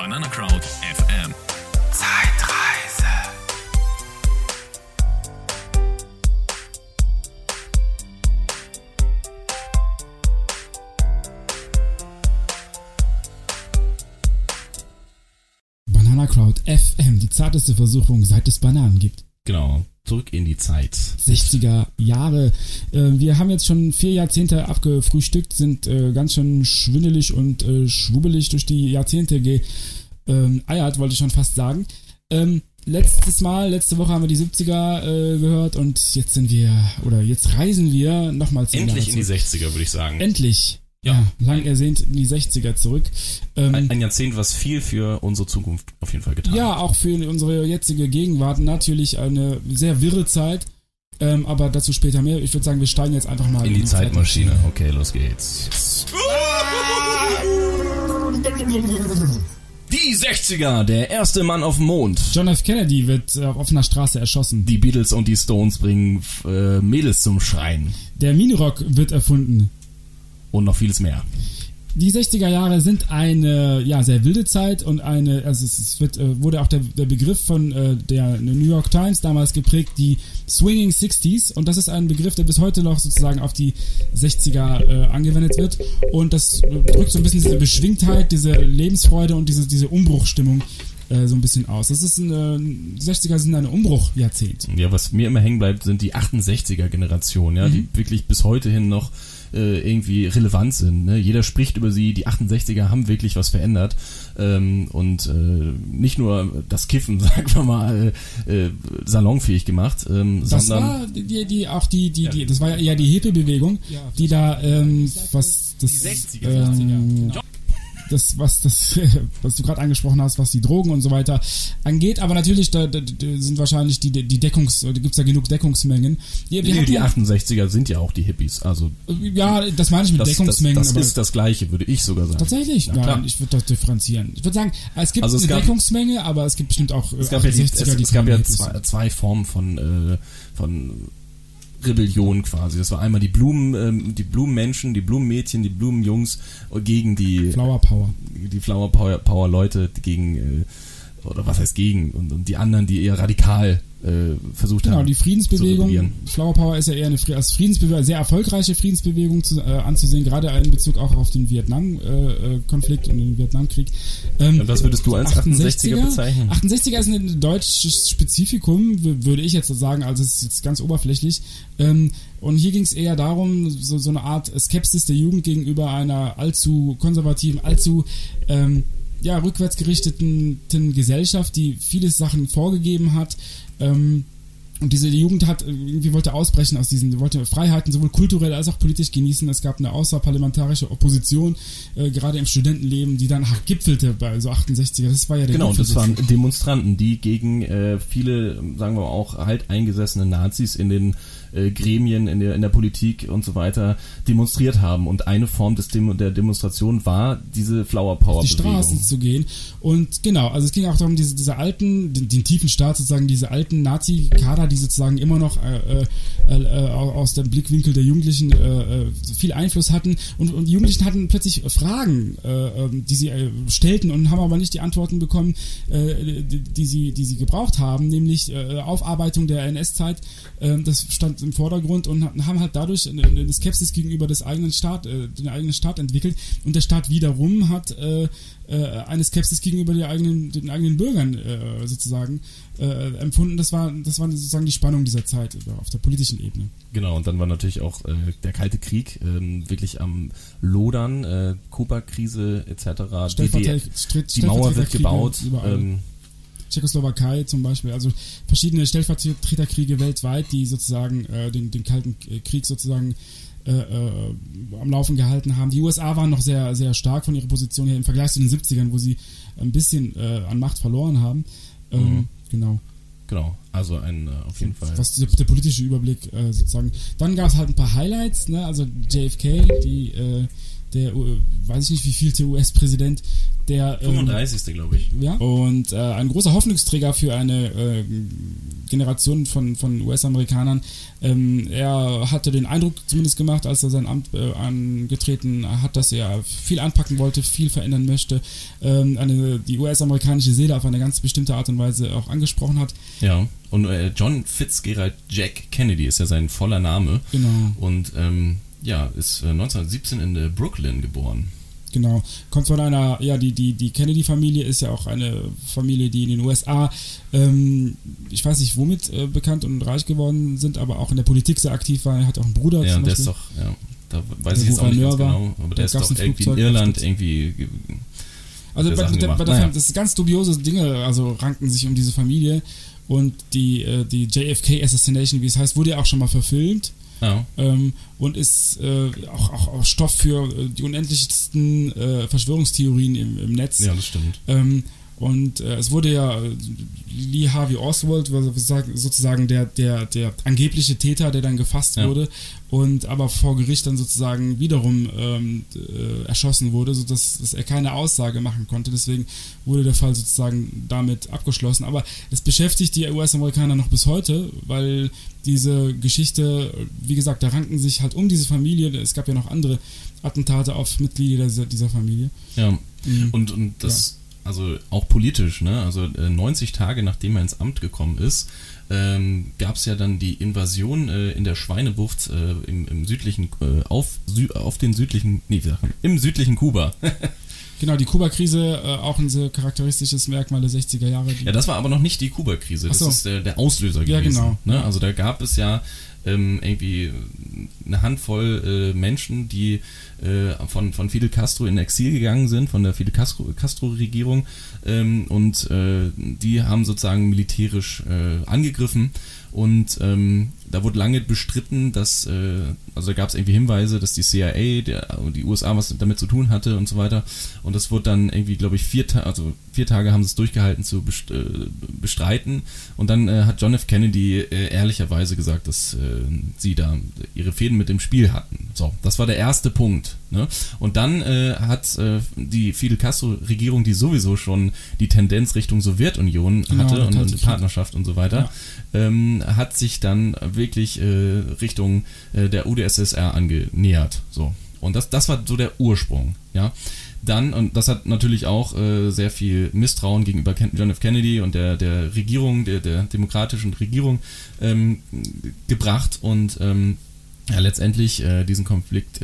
Banana Crowd FM. Zeitreise. Banana Crowd FM, die zarteste Versuchung, seit es Bananen gibt. Genau, zurück in die Zeit. 60er Jahre. Wir haben jetzt schon 4 Jahrzehnte abgefrühstückt, sind ganz schön schwindelig und schwubbelig durch die Jahrzehnte geeiert, wollte ich schon fast sagen. Letzte Woche haben wir die 70er gehört und jetzt reisen wir nochmal 10 Endlich Jahre in die zurück. 60er, würde ich sagen. Endlich. Ja, lang ersehnt in die 60er zurück. Ein Jahrzehnt, was viel für unsere Zukunft auf jeden Fall getan hat. Ja, auch für unsere jetzige Gegenwart natürlich eine sehr wirre Zeit, aber dazu später mehr. Ich würde sagen, wir steigen jetzt einfach mal in die Zeitmaschine. Okay, los geht's. Die 60er, der erste Mann auf dem Mond. John F. Kennedy wird auf offener Straße erschossen. Die Beatles und die Stones bringen Mädels zum Schreien. Der Minirock wird erfunden. Und noch vieles mehr. Die 60er Jahre sind eine sehr wilde Zeit und wurde auch der Begriff von der New York Times damals geprägt, die Swinging 60s, und das ist ein Begriff, der bis heute noch sozusagen auf die 60er angewendet wird, und das drückt so ein bisschen diese Beschwingtheit, diese Lebensfreude und diese Umbruchstimmung so ein bisschen aus. Die 60er sind ein Umbruchjahrzehnt. Ja, was mir immer hängen bleibt, sind die 68er-Generation, ja, die wirklich bis heute hin noch irgendwie relevant sind. Ne? Jeder spricht über sie, die 68er haben wirklich was verändert, und nicht nur das Kiffen, sagen wir mal, salonfähig gemacht, das sondern war das war ja eher die Hippie-Bewegung, die da was das die 60er, was du gerade angesprochen hast, was die Drogen und so weiter angeht, aber natürlich da sind wahrscheinlich da gibt's ja genug Deckungsmengen. Die 68er sind ja auch die Hippies, also ja, das meine ich mit Deckungsmengen. Das ist das Gleiche, würde ich sogar sagen. Tatsächlich? Nein, ich würde das differenzieren. Ich würde sagen, es gibt eine Deckungsmenge, aber es gibt bestimmt auch es gab ja zwei Formen von Rebellion quasi. Das war einmal die Blumenmenschen, die Blumenmädchen, die Blumenjungs gegen die Flower Power. Die Flower Power Leute gegen, oder was heißt gegen, und die anderen, die eher radikal versucht haben. Genau, die Friedensbewegung. Flower Power ist ja eher als Friedensbewegung, sehr erfolgreiche Friedensbewegung anzusehen, gerade in Bezug auch auf den Vietnam-Konflikt und den Vietnamkrieg. Und was würdest du als 68er bezeichnen? 68er ist ein deutsches Spezifikum, würde ich jetzt sagen, also es ist jetzt ganz oberflächlich. Und hier ging es eher darum, so eine Art Skepsis der Jugend gegenüber einer allzu konservativen, allzu rückwärtsgerichteten Gesellschaft, die viele Sachen vorgegeben hat. Und die Jugend wollte ausbrechen aus wollte Freiheiten sowohl kulturell als auch politisch genießen. Es gab eine außerparlamentarische Opposition, gerade im Studentenleben, die dann gipfelte bei so 68er. Das war ja der Genau, das waren Demonstranten, die gegen viele, sagen wir auch, eingesessene Nazis in den Gremien, in der Politik und so weiter demonstriert haben. Und eine Form der Demonstration war diese Flower Power Bewegung. Die Straßen zu gehen. Und genau, also es ging auch darum, diese alten, den tiefen Staat sozusagen, diese alten Nazi-Kader, die sozusagen immer noch aus dem Blickwinkel der Jugendlichen viel Einfluss hatten. Und die Jugendlichen hatten plötzlich Fragen, die sie stellten, und haben aber nicht die Antworten bekommen, die sie gebraucht haben, nämlich Aufarbeitung der NS-Zeit. Das stand im Vordergrund, und haben halt dadurch eine Skepsis gegenüber den eigenen Staat entwickelt, und der Staat wiederum hat eine Skepsis gegenüber den eigenen Bürgern sozusagen empfunden. Das war sozusagen die Spannung dieser Zeit auf der politischen Ebene. Genau, und dann war natürlich auch der Kalte Krieg wirklich am Lodern, Kuba-Krise etc. Die Mauer wird gebaut. Tschechoslowakei zum Beispiel, also verschiedene Stellvertreterkriege weltweit, die sozusagen den Kalten Krieg sozusagen am Laufen gehalten haben. Die USA waren noch sehr, sehr stark von ihrer Position her im Vergleich zu den 70ern, wo sie ein bisschen an Macht verloren haben. Genau. Genau, also auf jeden Fall. Was der politische Überblick sozusagen. Dann gab es halt ein paar Highlights, ne? Also JFK, die weiß ich nicht, wie vielte US-Präsident, der 35. glaube ich. Ja, und ein großer Hoffnungsträger für eine Generation von US-Amerikanern. Er hatte den Eindruck zumindest gemacht, als er sein Amt angetreten hat, dass er viel anpacken wollte, viel verändern möchte, die US-amerikanische Seele auf eine ganz bestimmte Art und Weise auch angesprochen hat. Ja, und John Fitzgerald Jack Kennedy ist ja sein voller Name. Genau. Und ist 1917 in Brooklyn geboren. Genau, kommt von einer, die Kennedy-Familie ist ja auch eine Familie, die in den USA, ich weiß nicht womit bekannt und reich geworden sind, aber auch in der Politik sehr aktiv war. Er hat auch einen Bruder. Ja, der ist doch, da weiß ich jetzt auch nicht ganz genau, aber der ist doch irgendwie in Irland irgendwie. Also das sind ganz dubiose Dinge, also ranken sich um diese Familie, und die JFK Assassination, wie es heißt, wurde ja auch schon mal verfilmt. Ja. Und ist auch Stoff für die unendlichsten Verschwörungstheorien im Netz. Ja, das stimmt. Und es wurde ja Lee Harvey Oswald, sozusagen der angebliche Täter, der dann gefasst wurde und aber vor Gericht dann sozusagen wiederum erschossen wurde, sodass er keine Aussage machen konnte. Deswegen wurde der Fall sozusagen damit abgeschlossen. Aber es beschäftigt die US-Amerikaner noch bis heute, weil diese Geschichte, wie gesagt, da ranken sich halt um diese Familie. Es gab ja noch andere Attentate auf Mitglieder dieser Familie. Ja, und das... Ja. Also auch politisch, ne? Also 90 Tage nachdem er ins Amt gekommen ist, gab es ja dann die Invasion in der Schweinebucht im südlichen im südlichen Kuba. Genau, die Kuba-Krise, auch ein sehr charakteristisches Merkmal der 60er Jahre. Ja, das war aber noch nicht die Kuba-Krise, das ist der Auslöser gewesen. Ja, genau. Ne? Also da gab es ja irgendwie eine Handvoll Menschen, die von Fidel Castro in Exil gegangen sind, von der Fidel Castro-Regierung, und die haben sozusagen militärisch angegriffen, und da wurde lange bestritten, dass, also da gab es irgendwie Hinweise, dass die CIA, die USA was damit zu tun hatte und so weiter, und das wurde dann irgendwie, glaube ich, 4 Tage haben sie es durchgehalten zu bestreiten, und dann hat John F. Kennedy ehrlicherweise gesagt, dass sie da ihre Fäden mit dem Spiel hatten. So, das war der erste Punkt. Ne? Und dann hat die Fidel Castro-Regierung, die sowieso schon die Tendenz Richtung Sowjetunion hatte und Partnerschaft und so weiter, hat sich dann wirklich Richtung der UdSSR angenähert. So. Und das war so der Ursprung. Ja. Dann, und das hat natürlich auch sehr viel Misstrauen gegenüber John F. Kennedy und der Regierung, der demokratischen Regierung gebracht, und letztendlich diesen Konflikt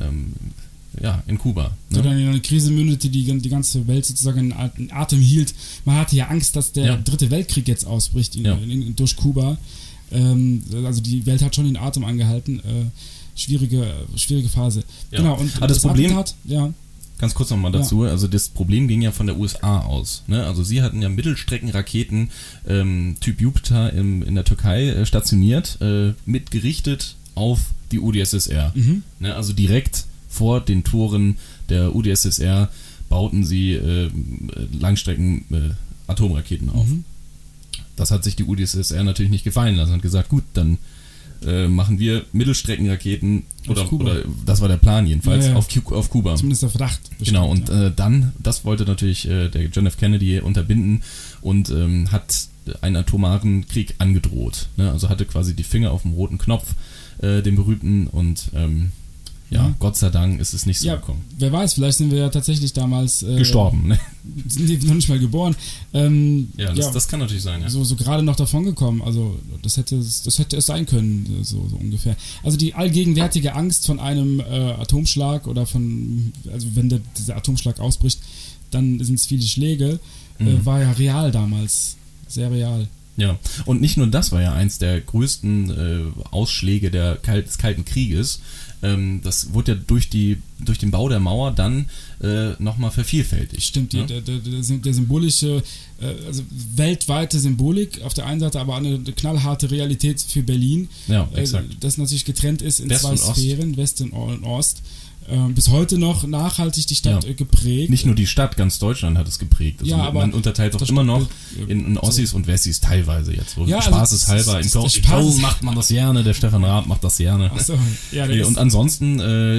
in Kuba. Ne? So dann in eine Krise mündete, die ganze Welt sozusagen in Atem hielt. Man hatte ja Angst, dass der dritte Weltkrieg jetzt ausbricht durch Kuba. Also die Welt hat schon den Atem angehalten. Schwierige Phase. Ja. Genau, und das Problem... Attentat, Ganz kurz nochmal dazu, also das Problem ging ja von der USA aus. Ne? Also sie hatten ja Mittelstreckenraketen Typ Jupiter in der Türkei stationiert, mitgerichtet auf die UdSSR. Ne? Also direkt vor den Toren der UdSSR bauten sie Langstrecken Atomraketen auf. Das hat sich die UdSSR natürlich nicht gefallen lassen und gesagt, gut, dann machen wir Mittelstreckenraketen oder das war der Plan jedenfalls, auf Kuba. Zumindest der Verdacht. Bestimmt, genau, und dann, das wollte natürlich der John F. Kennedy unterbinden und hat einen atomaren Krieg angedroht. Ne? Also hatte quasi die Finger auf dem roten Knopf, den berühmten, und Gott sei Dank ist es nicht so gekommen. Wer weiß, vielleicht sind wir ja tatsächlich damals gestorben, ne? Sind die noch nicht mal geboren. Das kann natürlich sein, ja. So gerade noch davon gekommen, also das hätte es sein können, so ungefähr. Also die allgegenwärtige Angst von einem Atomschlag oder also wenn dieser Atomschlag ausbricht, dann sind es viele Schläge, war ja real damals, sehr real. Ja, und nicht nur das war ja eins der größten Ausschläge des Kalten Krieges. Das wurde ja durch den Bau der Mauer dann nochmal vervielfältigt. Stimmt, ne? der symbolische, also weltweite Symbolik auf der einen Seite, aber eine knallharte Realität für Berlin, ja, exakt. das natürlich getrennt ist in West zwei Sphären, West und Ost. bis heute noch nachhaltig die Stadt geprägt. Nicht nur die Stadt, ganz Deutschland hat es geprägt. Also aber man unterteilt doch immer noch in Ossis und Wessis teilweise jetzt. So Spaßeshalber. In Köln macht man das gerne, der Stefan Raab macht das gerne. Ach so, ja, und ansonsten,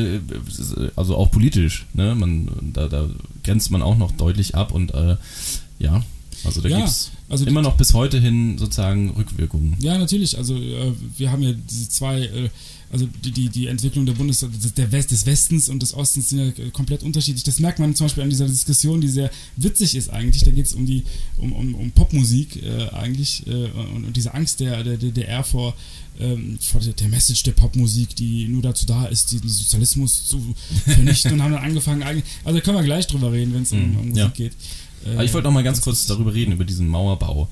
also auch politisch, ne? Da grenzt man auch noch deutlich ab und also da gibt's immer noch bis heute hin sozusagen Rückwirkungen. Ja, natürlich. Also wir haben ja diese zwei, also die Entwicklung des Westens und des Ostens sind ja komplett unterschiedlich. Das merkt man zum Beispiel an dieser Diskussion, die sehr witzig ist eigentlich. Da geht es um Popmusik eigentlich und diese Angst der DDR vor der Message der Popmusik, die nur dazu da ist, den Sozialismus zu vernichten und haben dann angefangen, also da können wir gleich drüber reden, wenn es um Musik geht. Aber ich wollte noch mal ganz kurz darüber reden, über diesen Mauerbau.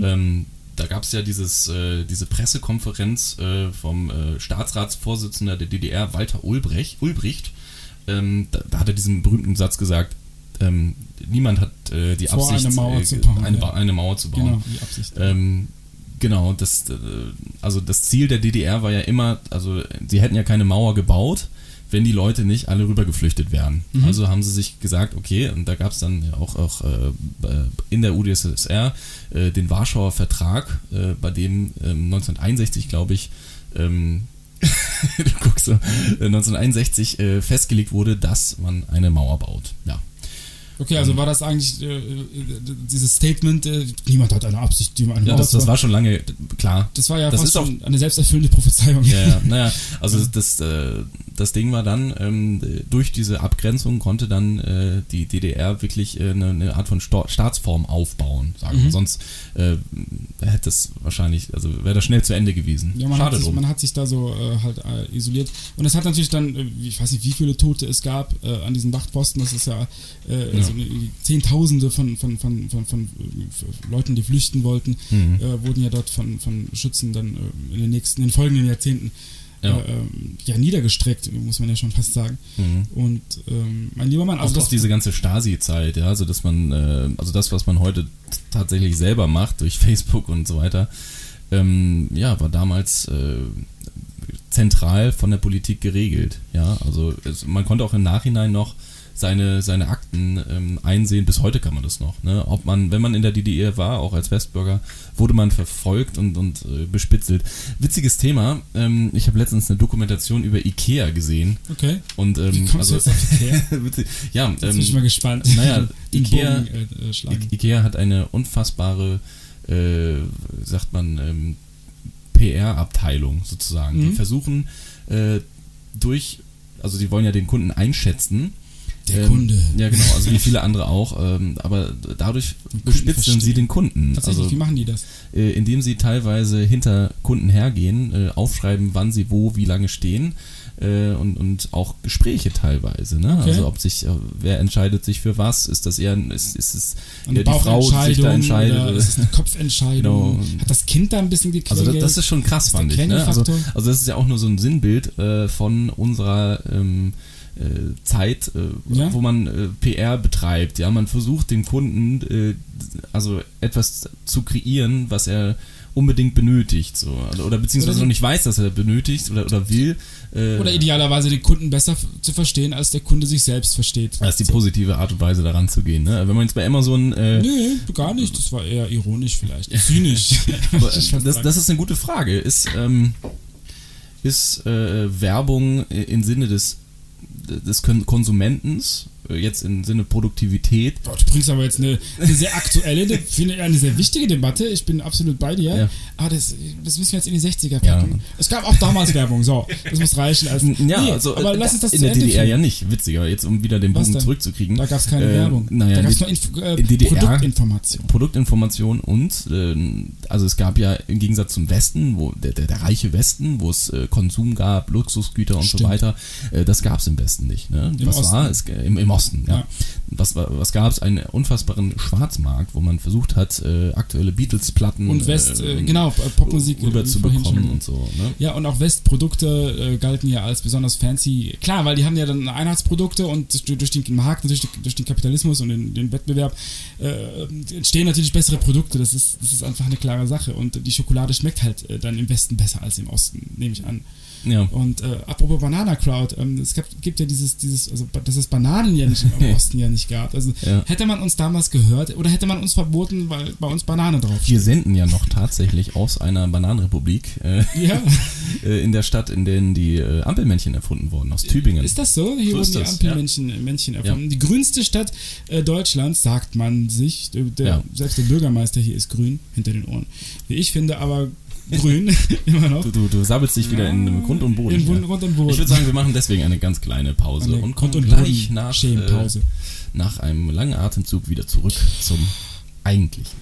Da gab es ja diese Pressekonferenz vom Staatsratsvorsitzender der DDR, Walter Ulbricht. Da hat er diesen berühmten Satz gesagt, niemand hat die Absicht, eine Mauer zu bauen. Genau, die Absicht. Genau, das Ziel der DDR war ja immer, also sie hätten ja keine Mauer gebaut, wenn die Leute nicht alle rüber geflüchtet wären. Also haben sie sich gesagt, okay, und da gab es dann auch in der UdSSR den Warschauer Vertrag, bei dem 1961, glaube ich, du guckst so, 1961 festgelegt wurde, dass man eine Mauer baut. Ja. Okay, also war das eigentlich dieses Statement, niemand hat eine Absicht, die man das war schon lange klar. Das war ja fast schon eine selbsterfüllende Prophezeiung. Ja, also das Ding war dann, durch diese Abgrenzung konnte dann die DDR wirklich eine Art von Staatsform aufbauen, sagen wir. Sonst hätte es wahrscheinlich, also wäre das schnell zu Ende gewesen. Ja, man hat sich da so isoliert. Und es hat natürlich dann, ich weiß nicht, wie viele Tote es gab an diesen Wachtposten, das ist ja Zehntausende von Leuten, die flüchten wollten, wurden ja dort von Schützen dann in den folgenden Jahrzehnten niedergestreckt, muss man ja schon fast sagen. Und mein lieber Mann, also auch diese ganze Stasi-Zeit, ja, also dass man, also das, was man heute tatsächlich selber macht durch Facebook und so weiter, war damals zentral von der Politik geregelt, ja, also man konnte auch im Nachhinein noch seine Akten einsehen, bis heute kann man das noch, ne? Wenn man in der DDR war, auch als Westbürger, wurde man verfolgt und bespitzelt. Witziges Thema, ich habe letztens eine Dokumentation über Ikea gesehen. Okay. Und, wie kommst du jetzt auf Ikea? Ja, jetzt bin ich mal gespannt. Naja, Ikea hat eine unfassbare, sagt man, PR-Abteilung sozusagen. Die versuchen also die wollen ja den Kunden einschätzen. Der Kunde. Ja, genau, also wie viele andere auch, aber dadurch bespitzeln sie den Kunden. Tatsächlich, wie machen die das? Indem sie teilweise hinter Kunden hergehen, aufschreiben, wann sie wie lange stehen und auch Gespräche teilweise. Ne? Okay. Also wer entscheidet sich für was? Ist das eher ist es eher die Frau, die sich da entscheidet? Oder ist es eine Kopfentscheidung? Genau. Hat das Kind da ein bisschen gekriegt? Also das ist schon krass, fand ich. Ne? Also das ist ja auch nur so ein Sinnbild von unserer Zeit, wo man PR betreibt. Ja, man versucht den Kunden also etwas zu kreieren, was er unbedingt benötigt, so, oder beziehungsweise noch nicht weiß, dass er benötigt oder will. Oder idealerweise den Kunden besser zu verstehen, als der Kunde sich selbst versteht. Das ist die positive Art und Weise, daran zu gehen. Ne? Wenn man jetzt bei Amazon... nee, gar nicht. Das war eher ironisch vielleicht. Zynisch. Das ist eine gute Frage. Ist Werbung im Sinne des Konsumentens, jetzt im Sinne Produktivität. Boah, du bringst aber jetzt eine sehr aktuelle, eine sehr wichtige Debatte. Ich bin absolut bei dir. Ja. Aber das müssen wir jetzt in die 60er packen. Ja. Es gab auch damals Werbung, so. Das muss reichen. Aber lass uns das in der DDR ja nicht. Witziger, jetzt um wieder den Bogen zurückzukriegen. Da gab es keine Werbung. Da gab es nur Produktinformation. Produktinformation und also es gab ja im Gegensatz zum Westen, wo der reiche Westen, wo es Konsum gab, Luxusgüter und so weiter, das gab es im Westen nicht. Ne? Im Osten. Im Osten, ja. Was gab es? Einen unfassbaren Schwarzmarkt, wo man versucht hat, aktuelle Beatles-Platten und Popmusik rüberzubekommen und so. Ne? Ja, und auch Westprodukte galten ja als besonders fancy. Klar, weil die haben ja dann Einheitsprodukte und durch den Markt, durch den Kapitalismus und den Wettbewerb entstehen natürlich bessere Produkte. Das ist einfach eine klare Sache. Und die Schokolade schmeckt halt dann im Westen besser als im Osten, nehme ich an. Ja. Und apropos Banana Crowd, es gibt ja also dass es Bananen ja nicht im Osten ja nicht gab. Also hätte man uns damals gehört oder hätte man uns verboten, weil bei uns Banane draufsteht. Wir senden ja noch tatsächlich aus einer Bananenrepublik in der Stadt, in der die Ampelmännchen erfunden wurden, aus Tübingen. Ist das so? Hier wurden die Ampelmännchen erfunden. Ja. Die grünste Stadt Deutschlands, sagt man sich. Selbst der Bürgermeister hier ist grün, hinter den Ohren. Wie ich finde, aber grün, immer noch. Du sabbelst dich wieder in Grund und Boden. Grund und Boden. Ich würde sagen, wir machen deswegen eine ganz kleine Pause und kommen gleich nach einem langen Atemzug wieder zurück zum Eigentlichen.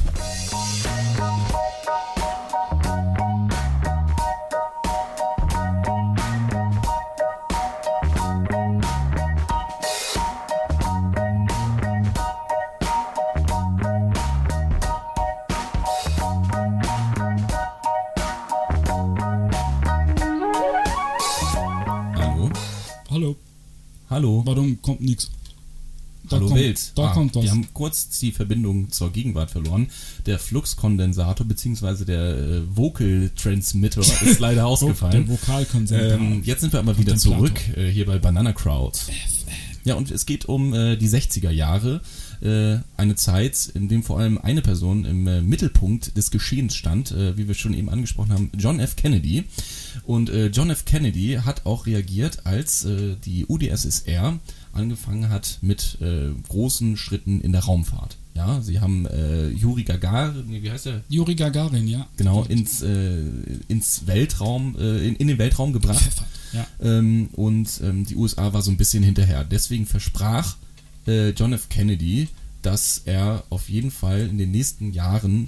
Hallo. Warum kommt nichts? Hallo Welt. Da kommt was. Wir haben kurz die Verbindung zur Gegenwart verloren. Der Fluxkondensator bzw. der Vocal Transmitter ist leider ausgefallen. Der Vokalkondensator. Jetzt sind wir aber wieder zurück hier bei Banana Crowd. Ja, und es geht um die 60er Jahre. Eine Zeit, in dem vor allem eine Person im Mittelpunkt des Geschehens stand, wie wir schon eben angesprochen haben, John F. Kennedy. Und John F. Kennedy hat auch reagiert, als die UdSSR angefangen hat mit großen Schritten in der Raumfahrt. Ja, sie haben Juri Gagarin, wie heißt der? Juri Gagarin, ja. Genau, ins Weltraum, in den Weltraum gebracht. Ja. Und die USA war so ein bisschen hinterher. Deswegen versprach John F. Kennedy, dass er auf jeden Fall in den nächsten Jahren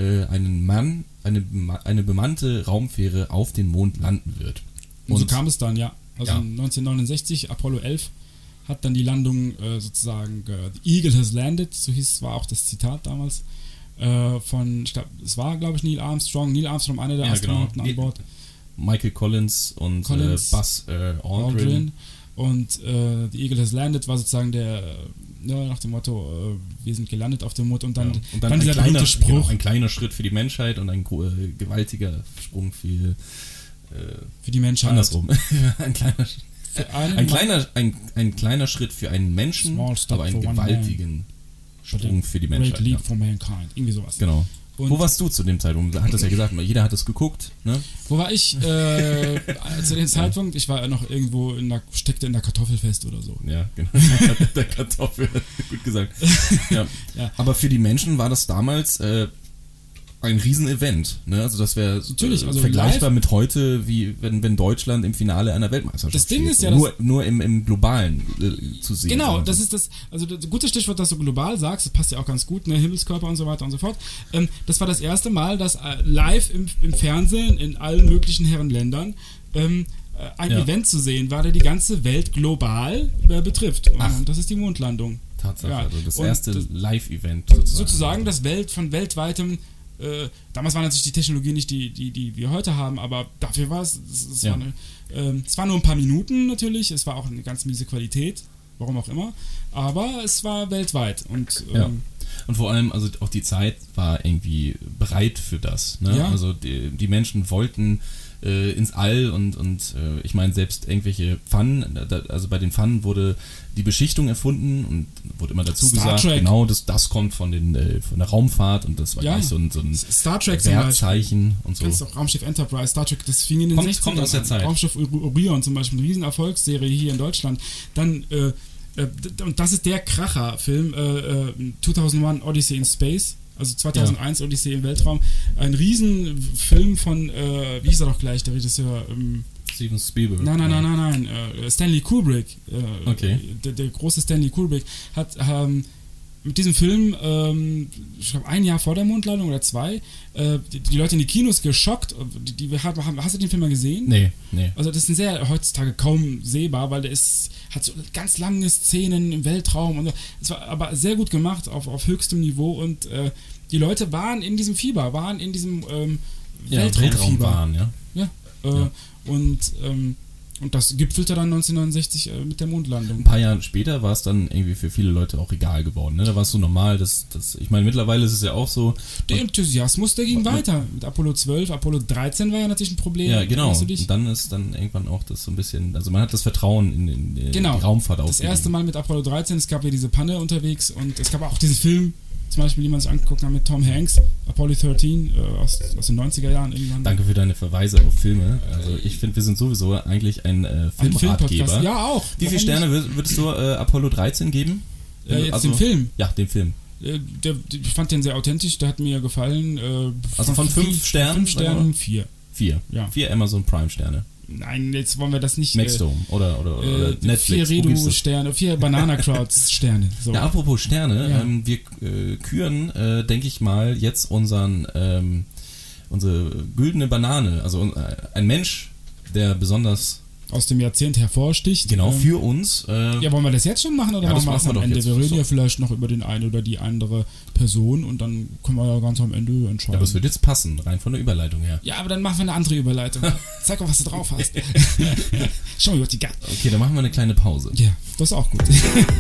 eine bemannte Raumfähre auf den Mond landen wird. Und so kam es dann, ja. Also 1969, Apollo 11, hat dann die Landung sozusagen The Eagle has landed, so war auch das Zitat damals, von, ich glaube Neil Armstrong, einer der Astronauten an Bord. Michael Collins und Buzz Aldrin. Und The Eagle has landed war sozusagen der, nach dem Motto, wir sind gelandet auf dem Mond und dann dieser berühmte Spruch. Genau, ein kleiner Schritt für die Menschheit und ein gewaltiger Sprung für die Menschheit. Andersrum. Ein kleiner Schritt für einen Menschen, aber einen gewaltigen Sprung für die Menschheit. Great leap for mankind. Irgendwie sowas. Genau. Und wo warst du zu dem Zeitpunkt? Du hattest ja gesagt, jeder hat es geguckt. Ne? Wo war ich zu dem Zeitpunkt? Ich war noch irgendwo, steckte in der Kartoffel fest oder so. Ja, genau. Der Kartoffel, gut gesagt. Ja. Aber für die Menschen war das damals ein Riesenevent. Ne? Also das wäre vergleichbar mit heute, wie wenn Deutschland im Finale einer Weltmeisterschaft das Ding steht. Ist ja nur im Globalen zu sehen. Genau, das ist das, also das gute Stichwort, dass du global sagst, das passt ja auch ganz gut, ne? Himmelskörper und so weiter und so fort. Das war das erste Mal, dass live im Fernsehen in allen möglichen Herrenländern ein Event zu sehen war, der die ganze Welt global betrifft. Und das ist die Mondlandung. Tatsache, also das erste Live-Event sozusagen. Das von weltweitem. Damals war natürlich die Technologie nicht die wir heute haben, aber dafür war es war nur ein paar Minuten natürlich, es war auch eine ganz miese Qualität, warum auch immer, aber es war weltweit und vor allem, also auch die Zeit war irgendwie bereit für das, ne? Ja. Also die Menschen wollten ins All und ich meine, selbst irgendwelche Pfannen, also bei den Pfannen wurde die Beschichtung erfunden und wurde immer dazu gesagt, genau, das kommt von der Raumfahrt und das war gleich so ein Star Trek Wertzeichen und so. Kannst auch Raumschiff Enterprise, Star Trek, das fing in den 60ern kommt aus der Zeit. Raumschiff Orion zum Beispiel, eine riesen Erfolgsserie hier in Deutschland. Dann und das ist der Kracher-Film 2001 Odyssey in Space. Also 2001 Odyssey im Weltraum. Ein Riesenfilm von, wie hieß er doch gleich, der Regisseur? Steven Spielberg. Nein. Stanley Kubrick. Okay. Der große Stanley Kubrick hat mit diesem Film, ich glaube ein Jahr vor der Mondlandung oder 2, die Leute in die Kinos geschockt. Hast du den Film mal gesehen? Nee. Also das ist heutzutage kaum sehbar, weil hat so ganz lange Szenen im Weltraum und es war aber sehr gut gemacht auf höchstem Niveau und die Leute waren in diesem Fieber, waren in diesem Weltraumfieber. Ja. Und Und das gipfelte dann 1969 mit der Mondlandung. Ein paar Jahre später war es dann irgendwie für viele Leute auch egal geworden. Ne? Da war es so normal, ich meine, mittlerweile ist es ja auch so. Der Enthusiasmus, der ging weiter. Mit Apollo 12, Apollo 13 war ja natürlich ein Problem. Ja, genau. Erinnerst du dich? Und dann ist dann irgendwann auch das so ein bisschen, also man hat das Vertrauen in die Genau. Raumfahrt Das aufgegeben. erste Mal mit Apollo 13, es gab ja diese Panne unterwegs und es gab auch diesen Film, zum Beispiel, die man sich angeguckt hat mit Tom Hanks, Apollo 13, aus den 90er Jahren irgendwann. Danke für deine Verweise auf Filme. Also ich finde, wir sind sowieso eigentlich ein Filmratgeber. Ja, auch. Wie viele Sterne würdest du Apollo 13 geben? Jetzt den Film? Ja, den Film. Ich fand den sehr authentisch, der hat mir gefallen. Also von 5 Sternen? 5 Sternen 4. 4. Ja. 4 Amazon Prime Sterne. Nein, jetzt wollen wir das nicht. Maxdome oder Netflix. 4 Redu-Sterne, 4 Banana-Crowds-Sterne. So. Ja, apropos Sterne, Ja. wir küren, denke ich mal, jetzt unsere güldene Banane. Also ein Mensch, der besonders Aus dem Jahrzehnt hervorsticht. genau für uns. Ja, wollen wir das jetzt schon machen oder Ja, das machen wir das machen wir am doch Ende? jetzt. Wir reden So. ja vielleicht noch über den einen oder die andere Person und dann können wir ja ganz am Ende entscheiden. aber es wird jetzt passen, rein von der Überleitung her. Ja, aber dann machen wir eine andere Überleitung. Zeig mal, was du drauf hast. Show me what you got. Okay, dann machen wir eine kleine Pause. Ja, das ist auch gut.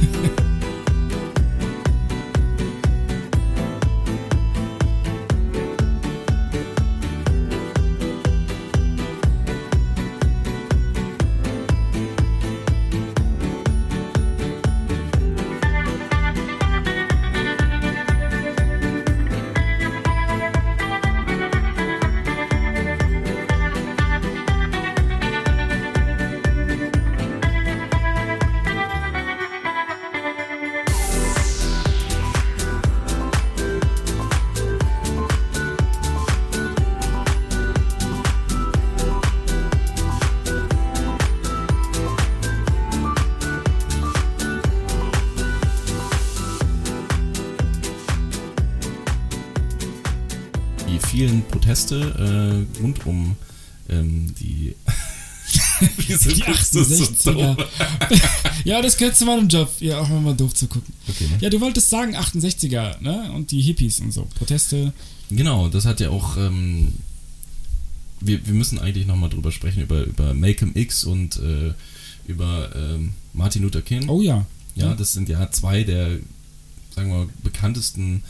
Die vielen Proteste rund um die Wieso Die guckst du so 68er. doof? Ja, das gehört zu meinem Job. Ja, auch mal doof zu gucken. Okay, ne? Ja, du wolltest sagen 68er, ne? Und die Hippies und so. Proteste. Genau, das hat ja auch wir müssen eigentlich nochmal drüber sprechen, über Malcolm X und über Martin Luther King. Oh ja. Ja, das sind ja zwei der, sagen wir mal, bekanntesten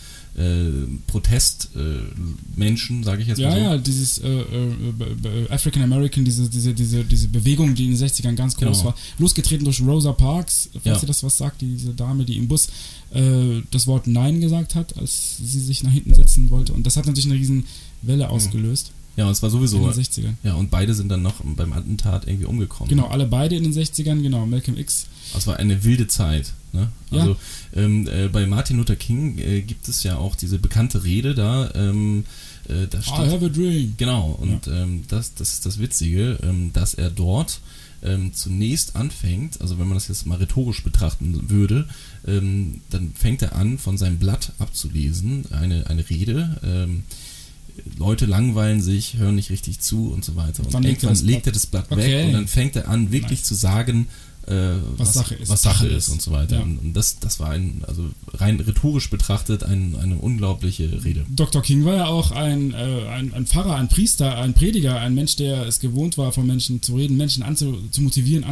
Protestmenschen, sage ich jetzt mal so. Ja, dieses African American, diese Bewegung, die in den 60ern ganz groß Genau. war. Losgetreten durch Rosa Parks, falls Ja. ihr das was sagt, diese Dame, die im Bus das Wort Nein gesagt hat, als sie sich nach hinten setzen wollte. Und das hat natürlich eine riesen Welle ausgelöst Ja, und es war sowieso. in den 60ern. Ja, und beide sind dann noch beim Attentat irgendwie umgekommen. Genau, alle beide in den 60ern, genau, Malcolm X. Das war eine wilde Zeit. Ne? Ja. Also bei Martin Luther King gibt es ja auch diese bekannte Rede da. Da I steht, have a dream. genau, und das ist das Witzige, dass er dort zunächst anfängt, also wenn man das jetzt mal rhetorisch betrachten würde, dann fängt er an, von seinem Blatt abzulesen, eine Rede. Leute langweilen sich, hören nicht richtig zu und so weiter. Und Dann irgendwann legt er das Blatt weg Okay. und dann fängt er an, wirklich zu sagen, was Sache ist und so weiter. Ja. Und das war also rein rhetorisch betrachtet eine unglaubliche Rede. Dr. King war ja auch ein Pfarrer, ein Priester, ein Prediger, ein Mensch, der es gewohnt war, von Menschen zu reden, Menschen zu motivieren,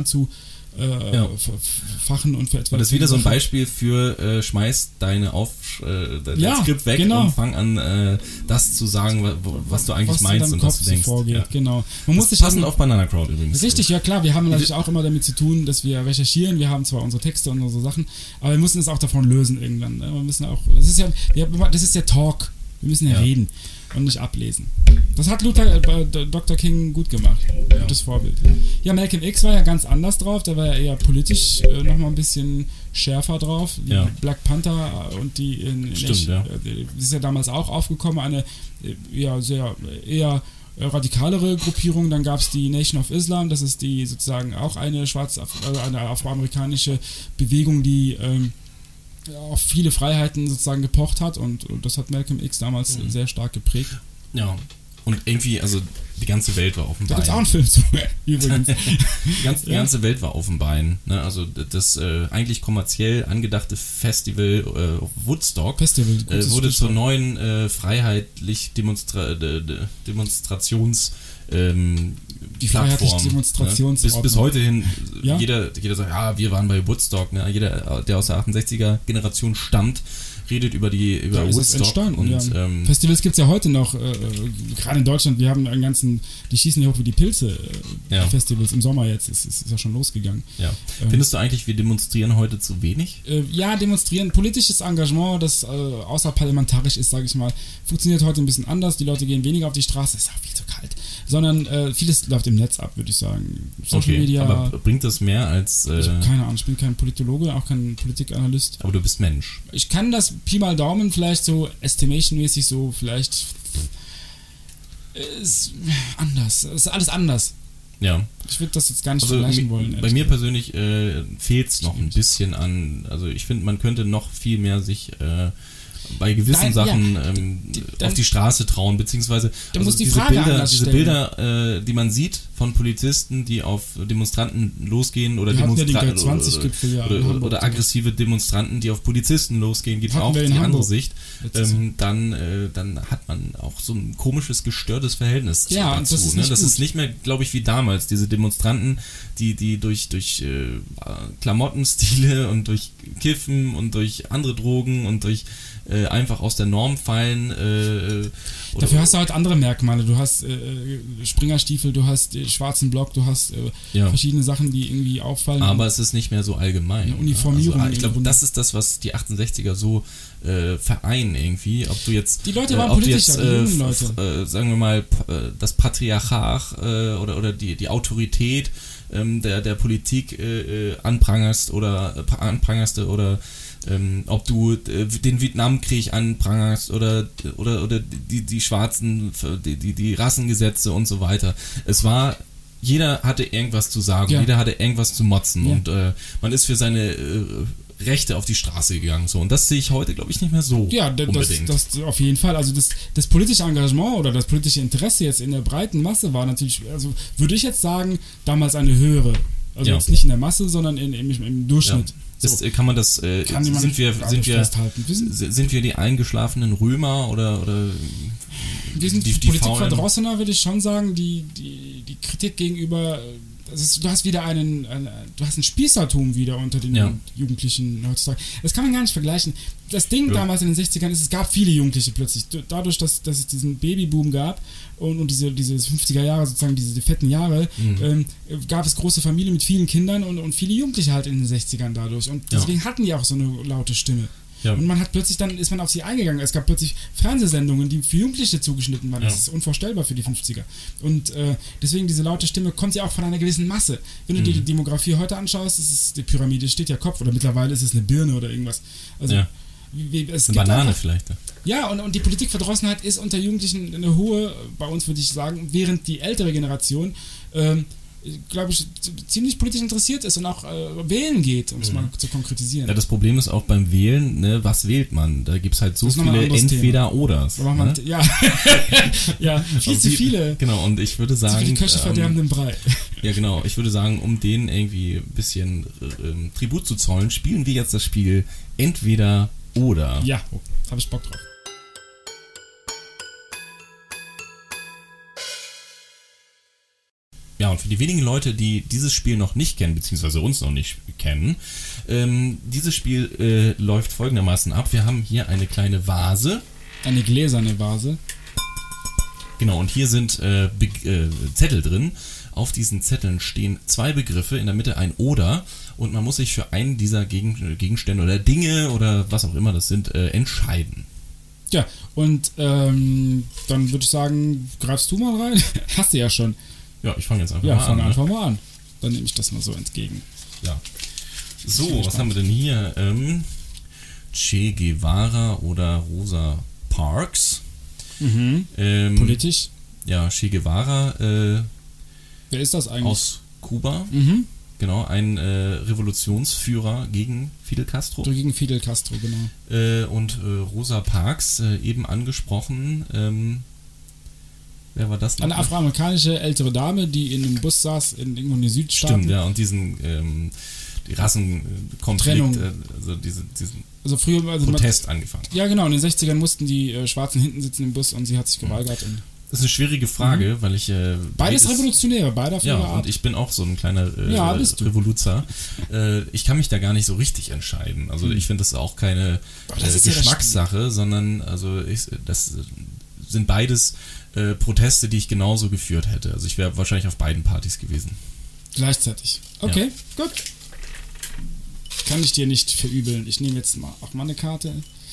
fachen und für etwas. Und das ist wieder so ein Beispiel für schmeiß dein Skript weg genau. und fang an, das zu sagen, was du eigentlich meinst und was du denkst. Vorgeht. Ja. Genau. Man muss Das sich passend auf Banana Crowd übrigens. Richtig, ja klar, wir haben natürlich auch immer damit zu tun, dass wir recherchieren, wir haben zwar unsere Texte und unsere Sachen, aber wir müssen es auch davon lösen irgendwann. Ne? Wir müssen auch, das ist ja Talk, wir müssen ja reden und nicht ablesen. Das hat Dr. King gut gemacht, gutes Vorbild. Ja, Malcolm X war ja ganz anders drauf, der war ja eher politisch nochmal ein bisschen schärfer drauf. Die Black Panther und die Stimmt, ist ja damals auch aufgekommen, eine eher radikalere Gruppierung. Dann gab es die Nation of Islam, das ist die sozusagen auch eine eine afroamerikanische Bewegung, die auf viele Freiheiten sozusagen gepocht hat und das hat Malcolm X damals sehr stark geprägt. Ja, und irgendwie, also die ganze Welt war auf dem Da Bein. gibt es auch einen Film zu, übrigens. Die ganze Welt war auf dem Bein. Ne? Also das eigentlich kommerziell angedachte Festival Woodstock wurde zur neuen freiheitlich Demonstrations die freiheitliche Demonstrationsordnung. Ne? Bis heute hin, Ja? jeder sagt, ja, wir waren bei Woodstock, ne? Jeder, der aus der 68er-Generation stammt, redet über Da ist es Woodstock. entstanden, Und, ja. Festivals gibt's ja heute noch, gerade in Deutschland, wir haben einen ganzen, die schießen ja hoch wie die Pilze, Ja. die Festivals im Sommer jetzt, ist ja schon losgegangen. ja. Findest du eigentlich, wir demonstrieren heute zu wenig? Ja, demonstrieren, politisches Engagement, das außerparlamentarisch ist, sage ich mal, funktioniert heute ein bisschen anders, die Leute gehen weniger auf die Straße, ist auch viel zu kalt, sondern vieles läuft im Netz ab, würde ich sagen. Social Media. Aber bringt das mehr als... Ich habe keine Ahnung, ich bin kein Politologe, auch kein Politikanalyst. aber du bist Mensch. Ich kann das Pi mal Daumen vielleicht so estimation-mäßig so vielleicht ist anders. Ist alles anders. Ja. Ich würde das jetzt gar nicht Also vergleichen wollen. bei mir persönlich fehlt es noch ein bisschen an, also ich finde, man könnte noch viel mehr sich bei gewissen Sachen auf die Straße trauen, beziehungsweise Da muss die diese Frage Bilder, anders diese stellen. Bilder, die man sieht von Polizisten, die auf Demonstranten losgehen oder Wir hatten ja den Demonstranten G20-Gipfel ja in Hamburg. oder aggressive Demonstranten, die auf Polizisten losgehen, gibt es Hatten auch wir die in andere Hamburg Sicht. letztes Jahr. Dann hat man auch so ein komisches, gestörtes Verhältnis Ja, und dazu. das ist nicht Das gut. ist nicht mehr, glaube ich, wie damals. Diese Demonstranten, die durch Klamottenstile und durch Kiffen und durch andere Drogen und durch einfach aus der Norm fallen. Dafür hast du halt andere Merkmale. Du hast Springerstiefel, du hast schwarzen Block, du hast verschiedene Sachen, die irgendwie auffallen. Aber es ist nicht mehr so allgemein. Eine Uniformierung Also, ich glaube, im das ist das, was die 68er so vereinen irgendwie. Ob du jetzt Die Leute waren politischer, die jungen Leute. sagen wir mal, das Patriarchat oder die Autorität der Politik anprangerst oder ob du den Vietnamkrieg anprangerst oder die Schwarzen, die Rassengesetze und so weiter. Jeder hatte irgendwas zu sagen, Ja. jeder hatte irgendwas zu motzen Ja. und man ist für seine Rechte auf die Straße gegangen. So. Und das sehe ich heute, glaube ich, nicht mehr so Ja, unbedingt. das auf jeden Fall. Also das politische Engagement oder das politische Interesse jetzt in der breiten Masse war natürlich, also würde ich jetzt sagen, damals eine höhere. Also Ja. jetzt nicht in der Masse, sondern im Durchschnitt. Ja. Kann man das, Kann jemand sind wir festhalten. sind wir die eingeschlafenen Römer oder Wir sind die Politikverdrossener, würde ich schon sagen. Die Kritik gegenüber, du hast wieder ein Spießertum wieder unter den Jugendlichen heutzutage. Das kann man gar nicht vergleichen. Das Ding damals in den 60ern ist, es gab viele Jugendliche plötzlich. Dadurch, dass es diesen Babyboom gab und diese 50er Jahre, sozusagen diese fetten Jahre, gab es große Familien mit vielen Kindern und viele Jugendliche halt in den 60ern dadurch. Und deswegen hatten die auch so eine laute Stimme. Ja. Und man hat plötzlich, dann ist man auf sie eingegangen. Es gab plötzlich Fernsehsendungen, die für Jugendliche zugeschnitten waren. Das ist unvorstellbar für die 50er. Und deswegen diese laute Stimme kommt ja auch von einer gewissen Masse. Wenn du dir die Demografie heute anschaust, die Pyramide steht ja Kopf oder mittlerweile ist es eine Birne oder irgendwas. Also es eine gibt Banane einfach, vielleicht. ja, und die Politikverdrossenheit ist unter Jugendlichen eine hohe, bei uns würde ich sagen, während die ältere Generation glaube ich, ziemlich politisch interessiert ist und auch wählen geht, um es mal zu konkretisieren. Ja, das Problem ist auch beim Wählen, ne, was wählt man? Da gibt es halt so Das ist nochmal viele ein anderes Entweder-Oders. Da macht man, Ne? ja, ja, viel zu viele. Genau, und ich würde Zu sagen... viele Köche verderben den Brei. Ja, genau. Ich würde sagen, um denen irgendwie ein bisschen Tribut zu zollen, spielen wir jetzt das Spiel Entweder-Oder. Ja, habe ich Bock drauf. Ja, und für die wenigen Leute, die dieses Spiel noch nicht kennen, beziehungsweise uns noch nicht kennen, dieses Spiel läuft folgendermaßen ab. Wir haben hier eine kleine Vase. Eine gläserne Vase. Genau, und hier sind Zettel drin. Auf diesen Zetteln stehen 2 Begriffe, in der Mitte ein Oder, und man muss sich für einen dieser Gegenstände oder Dinge oder was auch immer das sind, entscheiden. Ja, und dann würde ich sagen, greifst du mal rein? Hast du ja schon. Ja, ich fange jetzt einfach Ja, mal an. fang einfach mal an. Dann nehme ich das mal so entgegen. Ja. So, was haben wir denn hier? Che Guevara oder Rosa Parks. Politisch? Ja, Che Guevara Wer ist das eigentlich? aus Kuba. Genau, ein Revolutionsführer gegen Fidel Castro. Gegen Fidel Castro, genau. Und Rosa Parks, eben angesprochen. Wer war das noch? Eine afroamerikanische ältere Dame, die in einem Bus saß, irgendwo in den Südstaaten. Stimmt, ja, und die Rassenkonflikt, Trennung. also diesen Also früher, Protest angefangen. Ja, genau, in den 60ern mussten die Schwarzen hinten sitzen im Bus und sie hat sich geweigert. Und Das ist eine schwierige Frage, weil ich... Beides Revolutionäre, beide auf ihre Ja, Art. und ich bin auch so ein kleiner bist du. Revoluzer. Ich kann mich da gar nicht so richtig entscheiden. Also ich finde das auch keine das ist ja das Geschmackssache, sondern das sind beides Proteste, die ich genauso geführt hätte. Also ich wäre wahrscheinlich auf beiden Partys gewesen. Gleichzeitig. Okay, gut. Kann ich dir nicht verübeln. Ich nehme jetzt auch mal eine Karte.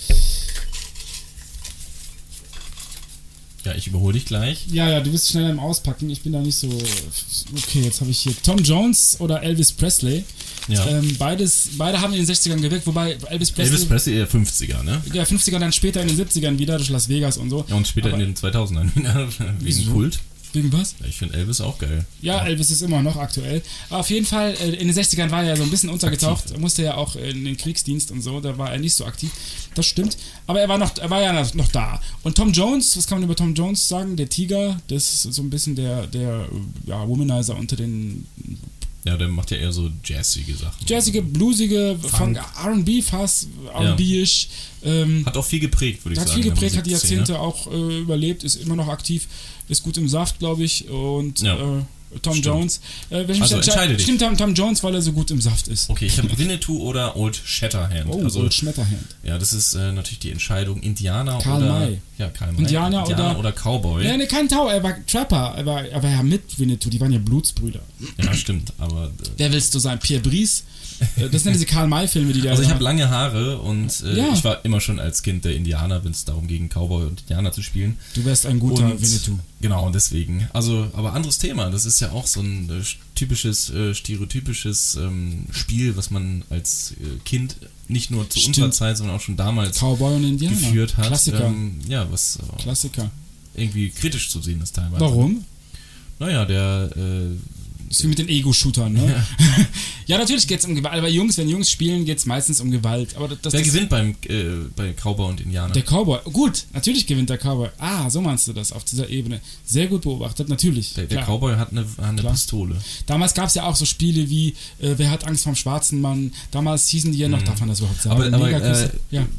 Ja, ich überhole dich gleich. Ja, du bist schneller im Auspacken. Ich bin da nicht so... Okay, jetzt habe ich hier Tom Jones oder Elvis Presley. Ja. Beide haben in den 60ern gewirkt, wobei Elvis Presley eher 50er, ne? Ja, 50er, dann später in den 70ern wieder durch Las Vegas und so. Ja, und später in den 2000ern wieder wegen Kult. Wegen was? Ja, ich finde Elvis auch geil. Ja, Elvis ist immer noch aktuell. Aber auf jeden Fall, in den 60ern war er ja so ein bisschen untergetaucht. Er musste ja auch in den Kriegsdienst und so, da war er nicht so aktiv. Das stimmt. Aber er war ja noch da. Und Tom Jones, was kann man über Tom Jones sagen? Der Tiger, das ist so ein bisschen der Womanizer unter den... Ja, der macht ja eher so jazzige Sachen. Jazzige, bluesige, von R&B fast, R&B-isch. Hat auch viel geprägt, würde ich sagen. Hat viel geprägt, hat die Jahrzehnte auch überlebt, ist immer noch aktiv, ist gut im Saft, glaube ich. Und Tom Jones. Entscheide dich. Stimmt, Tom Jones, weil er so gut im Saft ist. Okay, ich habe Winnetou oder Old Shatterhand. Old Shatterhand. Ja, das ist natürlich die Entscheidung. Indianer Karl oder... May. Ja, Karl May. Indianer oder Cowboy. Ja, kein Tau, er war Trapper. Er war ja mit Winnetou, die waren ja Blutsbrüder. Ja, stimmt, aber... Wer willst du sein? Pierre Brice? Das sind ja diese Karl-May-Filme, die da... Also ich habe lange Haare und Ja. ich war immer schon als Kind der Indianer, wenn es darum ging, Cowboy und Indianer zu spielen. Du wärst ein guter Und Winnetou. Genau, und deswegen. Also, aber anderes Thema. Das ist ja auch so ein typisches, stereotypisches Spiel, was man als Kind nicht nur zu unserer Zeit, sondern auch schon damals Cowboy und Indianer. geführt hat. Klassiker. Was Klassiker. irgendwie kritisch zu sehen ist teilweise. Warum? Naja, Das ist wie mit den Ego-Shootern, ne? Ja, natürlich geht's um Gewalt. Aber wenn Jungs spielen, geht's meistens um Gewalt. Aber Wer gewinnt bei Cowboy und Indianer? Der Cowboy. Gut, natürlich gewinnt der Cowboy. Ah, so meinst du das, auf dieser Ebene. Sehr gut beobachtet, natürlich. Der Cowboy hat eine Pistole. Damals gab's ja auch so Spiele wie Wer hat Angst vorm schwarzen Mann? Damals hießen die ja noch, darf man das überhaupt sagen? Aber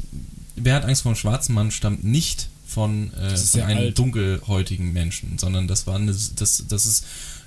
Wer hat Angst vor dem schwarzen Mann stammt nicht von einem dunkelhäutigen Menschen, sondern das ist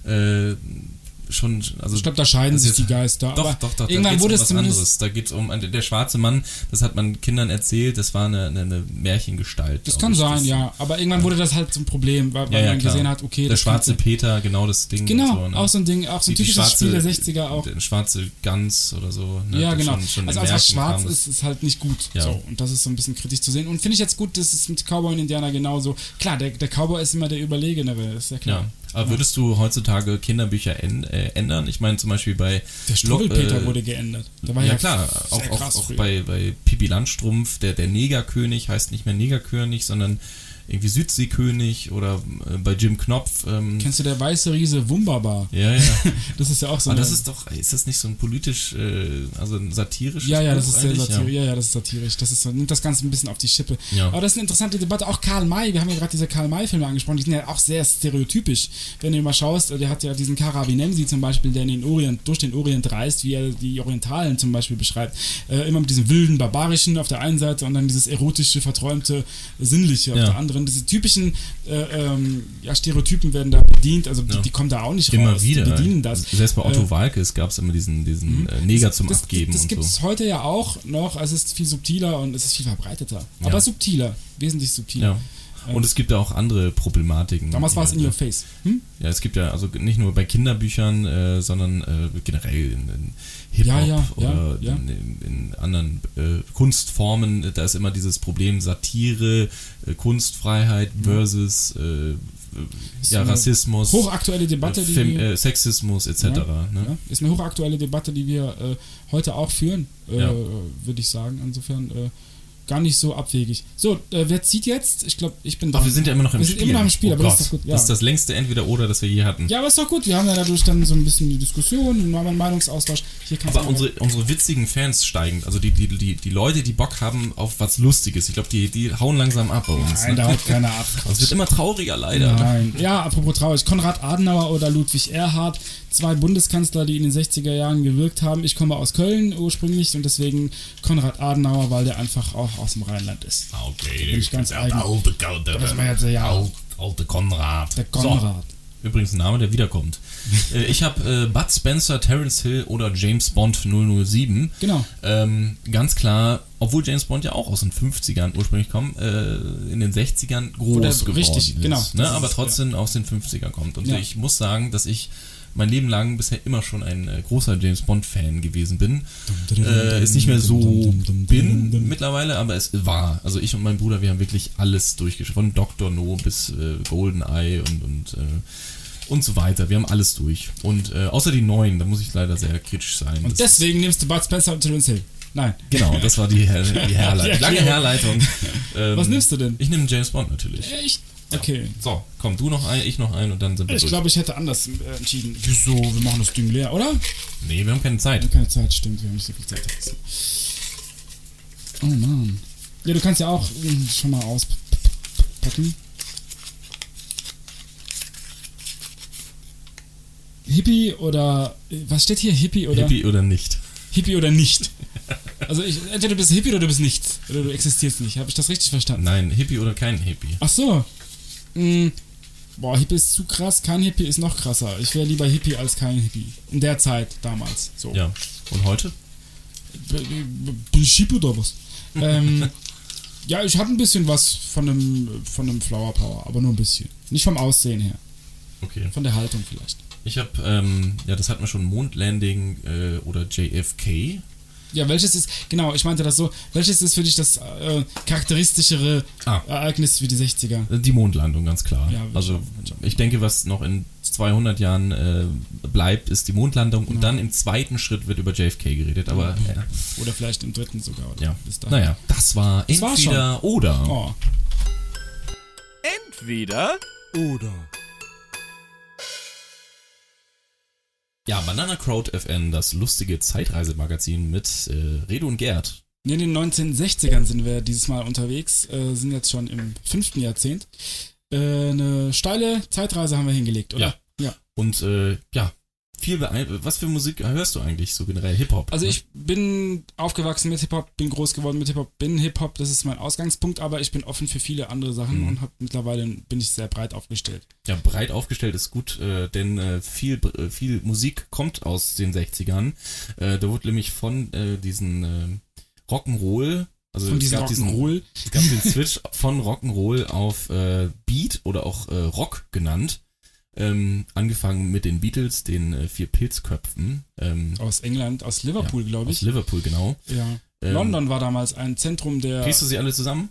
schon, also ich glaube, da scheiden sich die Geister. Doch, irgendwann wurde es zumindest anderes. Da geht es um der schwarze Mann, das hat man Kindern erzählt, das war eine Märchengestalt. Das kann sein, ja. Aber irgendwann wurde das halt zum Problem, weil man gesehen hat, okay, der schwarze Peter, genau das Ding. Genau, und so, ne? auch so ein Ding, auch so ein typisches Spiel der 60er auch. Eine schwarze Gans oder so. Ne? Ja, genau. Schon also alles, was schwarz ist halt nicht gut. Ja. So, und das ist so ein bisschen kritisch zu sehen. Und finde ich jetzt gut, das ist mit Cowboy und Indianer genauso. Klar, der Cowboy ist immer der Überlegenere, ist ja klar. Ja. Aber würdest du heutzutage Kinderbücher ändern? Ich meine zum Beispiel bei... Der Struwwelpeter wurde geändert. Der war klar, auch bei Pipi Landstrumpf, der Negerkönig heißt nicht mehr Negerkönig, sondern irgendwie Südseekönig oder bei Jim Knopf. Kennst du der weiße Riese Wunderbar? Ja. Das ist ja auch so. Aber ist das nicht so ein politisch, also ein satirisches Ja, Buch das ist sehr satirisch. Ja. Ja, das ist satirisch. Nimmt das Ganze ein bisschen auf die Schippe. Ja. Aber das ist eine interessante Debatte. Auch Karl May, wir haben ja gerade diese Karl May-Filme angesprochen, die sind ja auch sehr stereotypisch. Wenn du mal schaust, der hat ja diesen Karabinemsi zum Beispiel, der durch den Orient reist, wie er die Orientalen zum Beispiel beschreibt. Immer mit diesem wilden, barbarischen auf der einen Seite und dann dieses erotische, verträumte, sinnliche auf der anderen. Diese typischen Stereotypen werden da bedient, also die kommen da auch nicht immer raus. Wieder. Die bedienen das. Selbst bei Otto Walkes gab es immer diesen Neger zum Abgeben. Das und gibt es so. heute ja auch noch, also es ist viel subtiler und es ist viel verbreiteter. Aber subtiler, wesentlich subtiler. Ja. Und es gibt ja auch andere Problematiken. Damals war es in your face. Ja, es gibt ja also nicht nur bei Kinderbüchern, sondern generell in Hip-Hop oder in anderen Kunstformen. Da ist immer dieses Problem Satire, Kunstfreiheit versus Rassismus. Hochaktuelle Debatte, Sexismus etc. Ne? Ist eine hochaktuelle Debatte, die wir heute auch führen, würde ich sagen. Insofern gar nicht so abwegig. So, wer zieht jetzt? Ich glaube, ich bin da. Ach, wir sind ja immer noch im Spiel. Wir sind immer noch im Spiel, aber Gott. das ist doch gut. Ja. Das ist das längste Entweder-Oder, das wir je hatten. Ja, aber ist doch gut. Wir haben ja dadurch dann so ein bisschen die Diskussion, einen Meinungsaustausch. hier kannst Aber unsere witzigen Fans steigen, also die Leute, die Bock haben auf was Lustiges, ich glaube, die hauen langsam ab bei uns. Nein, da haut keiner ab. Es wird immer trauriger, leider. Nein. Ja, apropos traurig. Konrad Adenauer oder Ludwig Erhard, 2 Bundeskanzler, die in den 60er Jahren gewirkt haben. Ich komme aus Köln ursprünglich und deswegen Konrad Adenauer, weil der einfach auch aus dem Rheinland ist. Okay, Bin ich ganz eigen. der alte Konrad. Der Konrad. So, übrigens ein Name, der wiederkommt. Ich habe Bud Spencer, Terence Hill oder James Bond 007. Genau. Ganz klar, obwohl James Bond ja auch aus den 50ern ursprünglich kommt, in den 60ern groß geworden richtig, ist. genau. Ne? Aber trotzdem aus den 50ern kommt. Und ich muss sagen, dass ich mein Leben lang bisher immer schon ein großer James Bond-Fan gewesen bin. Ist nicht mehr so bin mittlerweile, aber es war. Also ich und mein Bruder, wir haben wirklich alles durchgeschaut. Von Dr. No bis GoldenEye und so weiter. Wir haben alles durch. Und außer die neuen, da muss ich leider sehr kritisch sein. Und deswegen nimmst du Bud Spencer und Terence Hill. Nein. Genau, das war die Herleitung. Lange Herleitung. Was nimmst du denn? Ich nehme James Bond natürlich. Echt? Ja. Okay. So, komm, du noch ein, ich noch ein und dann sind wir Ich durch. glaube, ich hätte anders entschieden. Wieso? Wir machen das Ding leer, oder? Nee, wir haben keine Zeit. Wir haben keine Zeit, stimmt. Wir haben nicht so viel Zeit. Oh Mann. Ja, du kannst ja auch schon mal auspacken. Hippie oder... Was steht hier? Hippie oder... Hippie oder nicht. Hippie oder nicht. Also entweder du bist Hippie oder du bist nichts. Oder du existierst nicht. Habe ich das richtig verstanden? Nein, Hippie oder kein Hippie. Ach so. Boah, Hippie ist zu krass. Kein Hippie ist noch krasser. Ich wäre lieber Hippie als kein Hippie. In der Zeit damals. So. Ja. Und heute? Bin ich Hippie oder was? Ja, ich hatte ein bisschen was von einem Flower Power, aber nur ein bisschen. Nicht vom Aussehen her. Okay. Von der Haltung vielleicht. Ich habe, das hatten wir schon, Mondlanding oder JFK. Ja, welches ist, genau, ich meinte das so, welches ist für dich das charakteristischere Ereignis für die 60er? Die Mondlandung, ganz klar. Ja, also ich denke, was noch in 200 Jahren bleibt, ist die Mondlandung und dann im zweiten Schritt wird über JFK geredet, aber... Oder vielleicht im dritten sogar. Oder ja. Bis dahin. Naja, das war Das entweder oder. Oh. Entweder oder. Ja, Banana Crowd FN, das lustige Zeitreisemagazin mit Redo und Gerd. In den 1960ern sind wir dieses Mal unterwegs, sind jetzt schon im 5. Jahrzehnt. Eine steile Zeitreise haben wir hingelegt, oder? Ja. Und was für Musik hörst du eigentlich so generell? Hip-Hop? Also ne? ich bin aufgewachsen mit Hip-Hop, bin groß geworden mit Hip-Hop, bin Hip-Hop, das ist mein Ausgangspunkt, aber ich bin offen für viele andere Sachen und mittlerweile bin ich sehr breit aufgestellt. Ja, breit aufgestellt ist gut, denn viel Musik kommt aus den 60ern. Da wurde nämlich von diesen Rock'n'Roll, also Von diesen Rock'n'Roll. Es gab den Switch von Rock'n'Roll auf Beat oder auch Rock genannt. Angefangen mit den Beatles, den 4 Pilzköpfen. Aus England, aus Liverpool, glaube ich. Aus Liverpool, genau. Ja. London war damals ein Zentrum der... Kriegst du sie alle zusammen?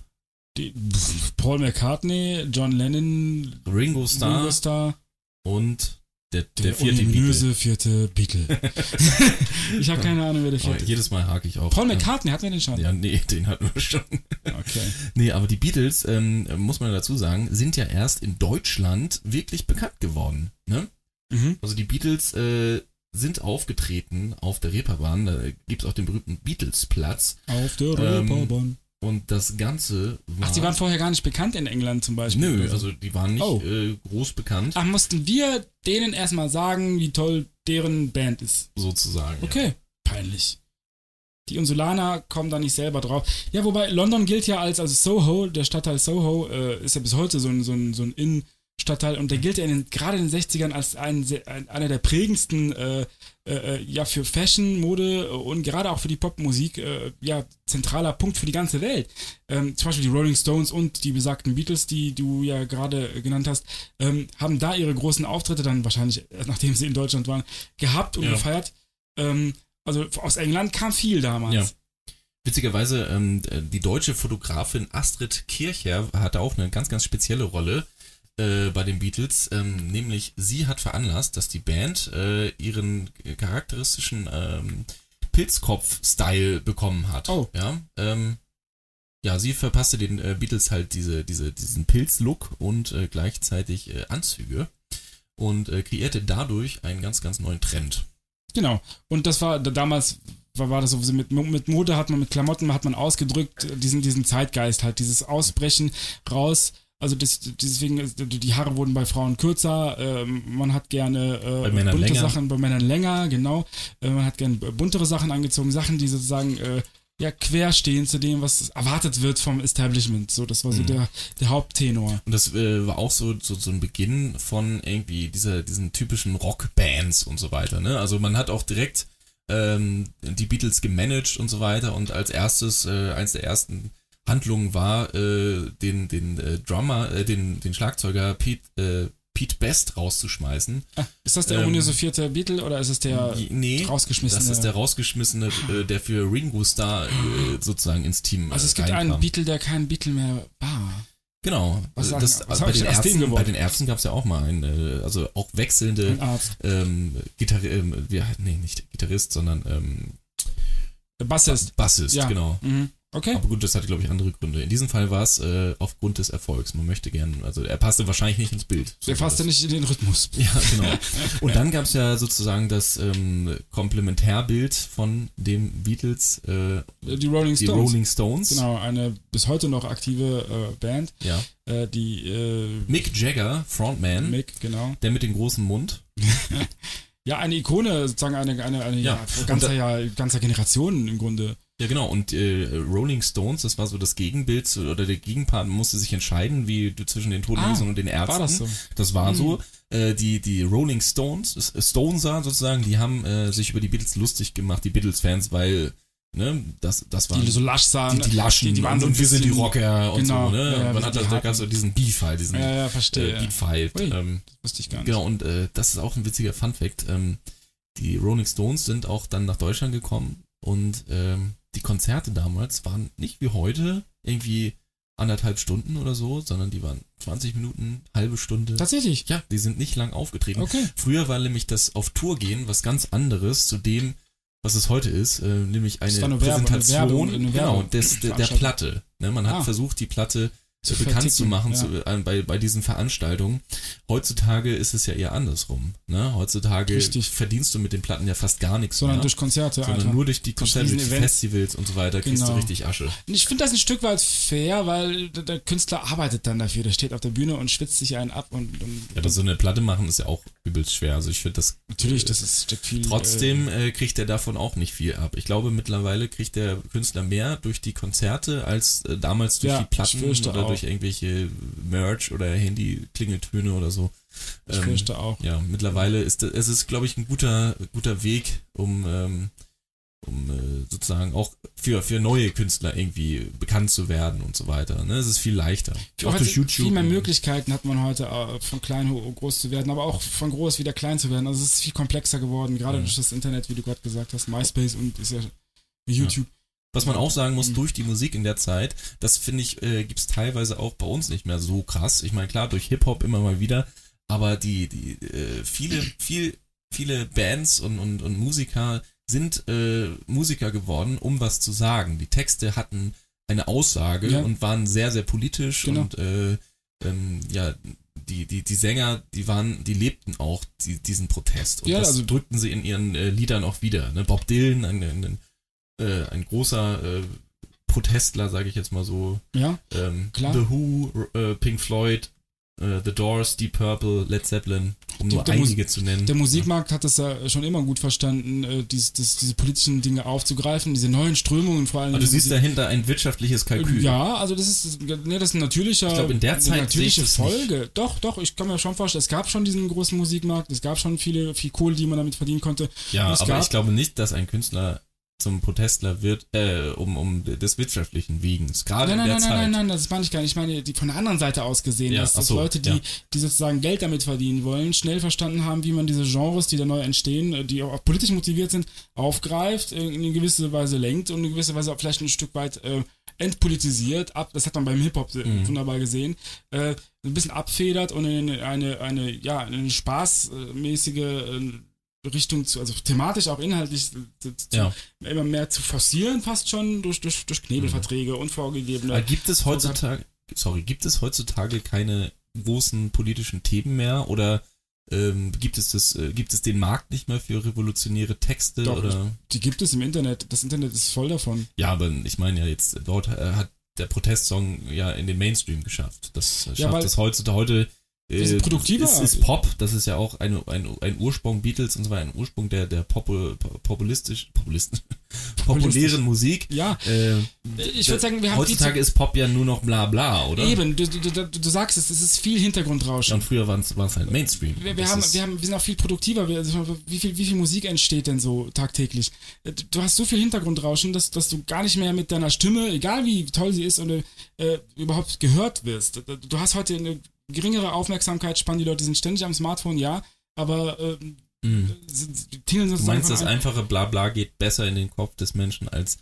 Paul McCartney, John Lennon, Ringo Starr und der vierte ominöse vierte Beatle. Ich habe keine Ahnung, wer der vierte ist. Jedes Mal hake ich auf. Paul McCartney, hatten wir den schon? Ja, nee, den hatten wir schon. Okay. Nee, aber die Beatles, muss man dazu sagen, sind ja erst in Deutschland wirklich bekannt geworden. Ne? Mhm. Also die Beatles sind aufgetreten auf der Reeperbahn, da gibt es auch den berühmten Beatles-Platz. Auf der Reeperbahn. Und das Ganze war... Ach, die waren vorher gar nicht bekannt in England zum Beispiel? Nö, oder so. also die waren nicht groß bekannt. Ach, mussten wir denen erstmal sagen, wie toll deren Band ist? Sozusagen. Okay, ja. Peinlich. Die Insulaner kommen da nicht selber drauf. Ja, wobei London gilt ja als Soho, der Stadtteil Soho, ist ja bis heute so ein Innenstadtteil und der gilt ja gerade in den 60ern als einer der prägendsten für Fashion, Mode und gerade auch für die Popmusik zentraler Punkt für die ganze Welt. Zum Beispiel die Rolling Stones und die besagten Beatles, die du ja gerade genannt hast, haben da ihre großen Auftritte dann wahrscheinlich, nachdem sie in Deutschland waren, gehabt und gefeiert. Also aus England kam viel damals. Ja. Witzigerweise, die deutsche Fotografin Astrid Kircher hatte auch eine ganz, ganz spezielle Rolle bei den Beatles, nämlich sie hat veranlasst, dass die Band ihren charakteristischen Pilzkopf-Style bekommen hat. Oh. Ja, sie verpasste den Beatles halt diesen Pilz-Look und gleichzeitig Anzüge und kreierte dadurch einen ganz, ganz neuen Trend. Genau. Und das war damals war das so, mit Mode mit Klamotten hat man ausgedrückt, diesen Zeitgeist halt, dieses Ausbrechen raus. Also deswegen, die Haare wurden bei Frauen kürzer, man hat gerne bei Männern bunte länger. Sachen, bei Männern länger, genau. Man hat gerne buntere Sachen angezogen, Sachen, die sozusagen quer stehen zu dem, was erwartet wird vom Establishment. So, das war so der Haupttenor. Und das war auch so ein Beginn von irgendwie diesen typischen Rockbands und so weiter, ne? Also man hat auch direkt die Beatles gemanagt und so weiter und als erstes, eins der ersten Handlungen war, den Drummer, den Schlagzeuger Pete Best rauszuschmeißen. Ist das der unisufierte Beatle oder ist es der rausgeschmissene? Das ist der rausgeschmissene, der für Ringo Starr sozusagen ins Team Also es gibt einen Beatle, der kein Beatle mehr war. Genau. Bei den Ärzten gab es ja auch mal einen, also auch wechselnde nicht Gitarrist, sondern Bassist. Bassist, ja. Genau. Mhm. Okay. Aber gut, das hatte, glaube ich, andere Gründe. In diesem Fall war es aufgrund des Erfolgs. Man möchte gern, also er passte wahrscheinlich nicht ins Bild. Er passte nicht in den Rhythmus. Ja, genau. Und dann gab es ja sozusagen das Komplementärbild von dem Beatles, die Rolling Stones. Genau, eine bis heute noch aktive Band. Ja. Mick Jagger, Frontman. Mick, genau. Der mit dem großen Mund. Ja, eine Ikone, sozusagen eine ganzer Generationen im Grunde. Ja, genau, und Rolling Stones, das war so das Gegenbild, oder der Gegenpart musste sich entscheiden, wie du zwischen den Totenlösern und den Ärzten. War das so? Das war so. Die Rolling Stones, Stoneser sozusagen, die haben sich über die Beatles lustig gemacht, die Beatles-Fans, weil, ne, das waren die so lasch sahen, die laschen, die waren so und wir sind die Rocker und genau, so, ne? Ja, man hat da ganz so diesen Beef halt, diesen Beat-Fight. Das wusste ich gar nicht. Genau, und das ist auch ein witziger Funfact. Die Rolling Stones sind auch dann nach Deutschland gekommen und die Konzerte damals waren nicht wie heute irgendwie 1,5 Stunden oder so, sondern die waren 20 Minuten, halbe Stunde. Tatsächlich? Ja, die sind nicht lang aufgetreten. Okay. Früher war nämlich das auf Tour gehen was ganz anderes zu dem, was es heute ist, nämlich eine Präsentation der Platte. Ne, man hat versucht, die Platte bekannt zu machen bei diesen Veranstaltungen. Heutzutage ist es ja eher andersrum. Ne? Heutzutage verdienst du mit den Platten ja fast gar nichts sondern mehr. Durch Konzerte. Sondern nur durch die Konzerte, durch die Festivals und so weiter kriegst du richtig Asche. Und ich finde das ein Stück weit fair, weil der Künstler arbeitet dann dafür. Der steht auf der Bühne und schwitzt sich einen ab. Ja, so eine Platte machen ist ja auch übelst schwer. Also ich finde das... Natürlich, steckt viel... Trotzdem kriegt er davon auch nicht viel ab. Ich glaube, mittlerweile kriegt der Künstler mehr durch die Konzerte als damals durch die Platten oder durch irgendwelche Merch oder Handy-Klingeltöne oder so. Ich fürchte auch. Ja, mittlerweile ist es, glaube ich, ein guter Weg, um sozusagen auch für neue Künstler irgendwie bekannt zu werden und so weiter. Ne? Es ist viel leichter. Auch durch YouTube. Viel mehr Möglichkeiten hat man heute, von klein groß zu werden, aber auch von groß wieder klein zu werden. Also es ist viel komplexer geworden, gerade durch das Internet, wie du gerade gesagt hast, MySpace und ist ja YouTube. Ja. Was man auch sagen muss, durch die Musik in der Zeit, das finde ich, gibt's teilweise auch bei uns nicht mehr so krass. Ich meine, klar, durch Hip-Hop immer mal wieder, aber viele Bands und Musiker sind Musiker geworden, um was zu sagen. Die Texte hatten eine Aussage und waren sehr, sehr politisch und die Sänger, die lebten auch diesen Protest und das drückten sie in ihren Liedern auch wieder. Ne? Bob Dylan, ein großer Protestler, sage ich jetzt mal so. Ja, klar. The Who, Pink Floyd, The Doors, Deep Purple, Led Zeppelin, um nur einige zu nennen. Der Musikmarkt hat es ja schon immer gut verstanden, diese politischen Dinge aufzugreifen, diese neuen Strömungen vor allem. Aber du siehst dahinter ein wirtschaftliches Kalkül. Ja, also das ist ein natürlicher, ich glaube, in der Zeit natürliche Folge. Nicht. Doch, ich kann mir schon vorstellen, es gab schon diesen großen Musikmarkt, es gab schon viel Kohle, die man damit verdienen konnte. Ja, aber ich glaube nicht, dass ein Künstler zum Protestler wird, um des wirtschaftlichen Wegens. Gerade in der Zeit. Nein, das meine ich gar nicht. Ich meine, die von der anderen Seite aus gesehen, dass Leute, die sozusagen Geld damit verdienen wollen, schnell verstanden haben, wie man diese Genres, die da neu entstehen, die auch politisch motiviert sind, aufgreift, in eine gewisse Weise lenkt und in eine gewisse Weise auch vielleicht ein Stück weit entpolitisiert, das hat man beim Hip-Hop wunderbar gesehen, ein bisschen abfedert und in eine spaßmäßige Richtung also thematisch auch inhaltlich immer mehr zu forcieren, fast schon durch Knebelverträge und vorgegebene. Aber gibt es heutzutage keine großen politischen Themen mehr oder Gibt es den Markt nicht mehr für revolutionäre Texte? Doch, oder? die gibt es im Internet. Das Internet ist voll davon. Ja, aber ich meine ja jetzt, dort hat der Protestsong ja in den Mainstream geschafft. Das schafft es heute. Wir sind produktiver. Ist Pop, das ist ja auch ein Ursprung Beatles und zwar ein Ursprung der populären Musik. Ja, ich würde sagen, wir haben heutzutage ist Pop ja nur noch bla bla, oder? Eben, du sagst es ist viel Hintergrundrauschen. Und früher war es halt Mainstream. Wir sind auch viel produktiver. Wie viel Musik entsteht denn so tagtäglich? Du hast so viel Hintergrundrauschen, dass du gar nicht mehr mit deiner Stimme, egal wie toll sie ist, oder überhaupt gehört wirst. Du hast heute eine geringere Aufmerksamkeitsspanne, die Leute sind ständig am Smartphone, ja, aber du meinst, das einfache Blabla geht besser in den Kopf des Menschen als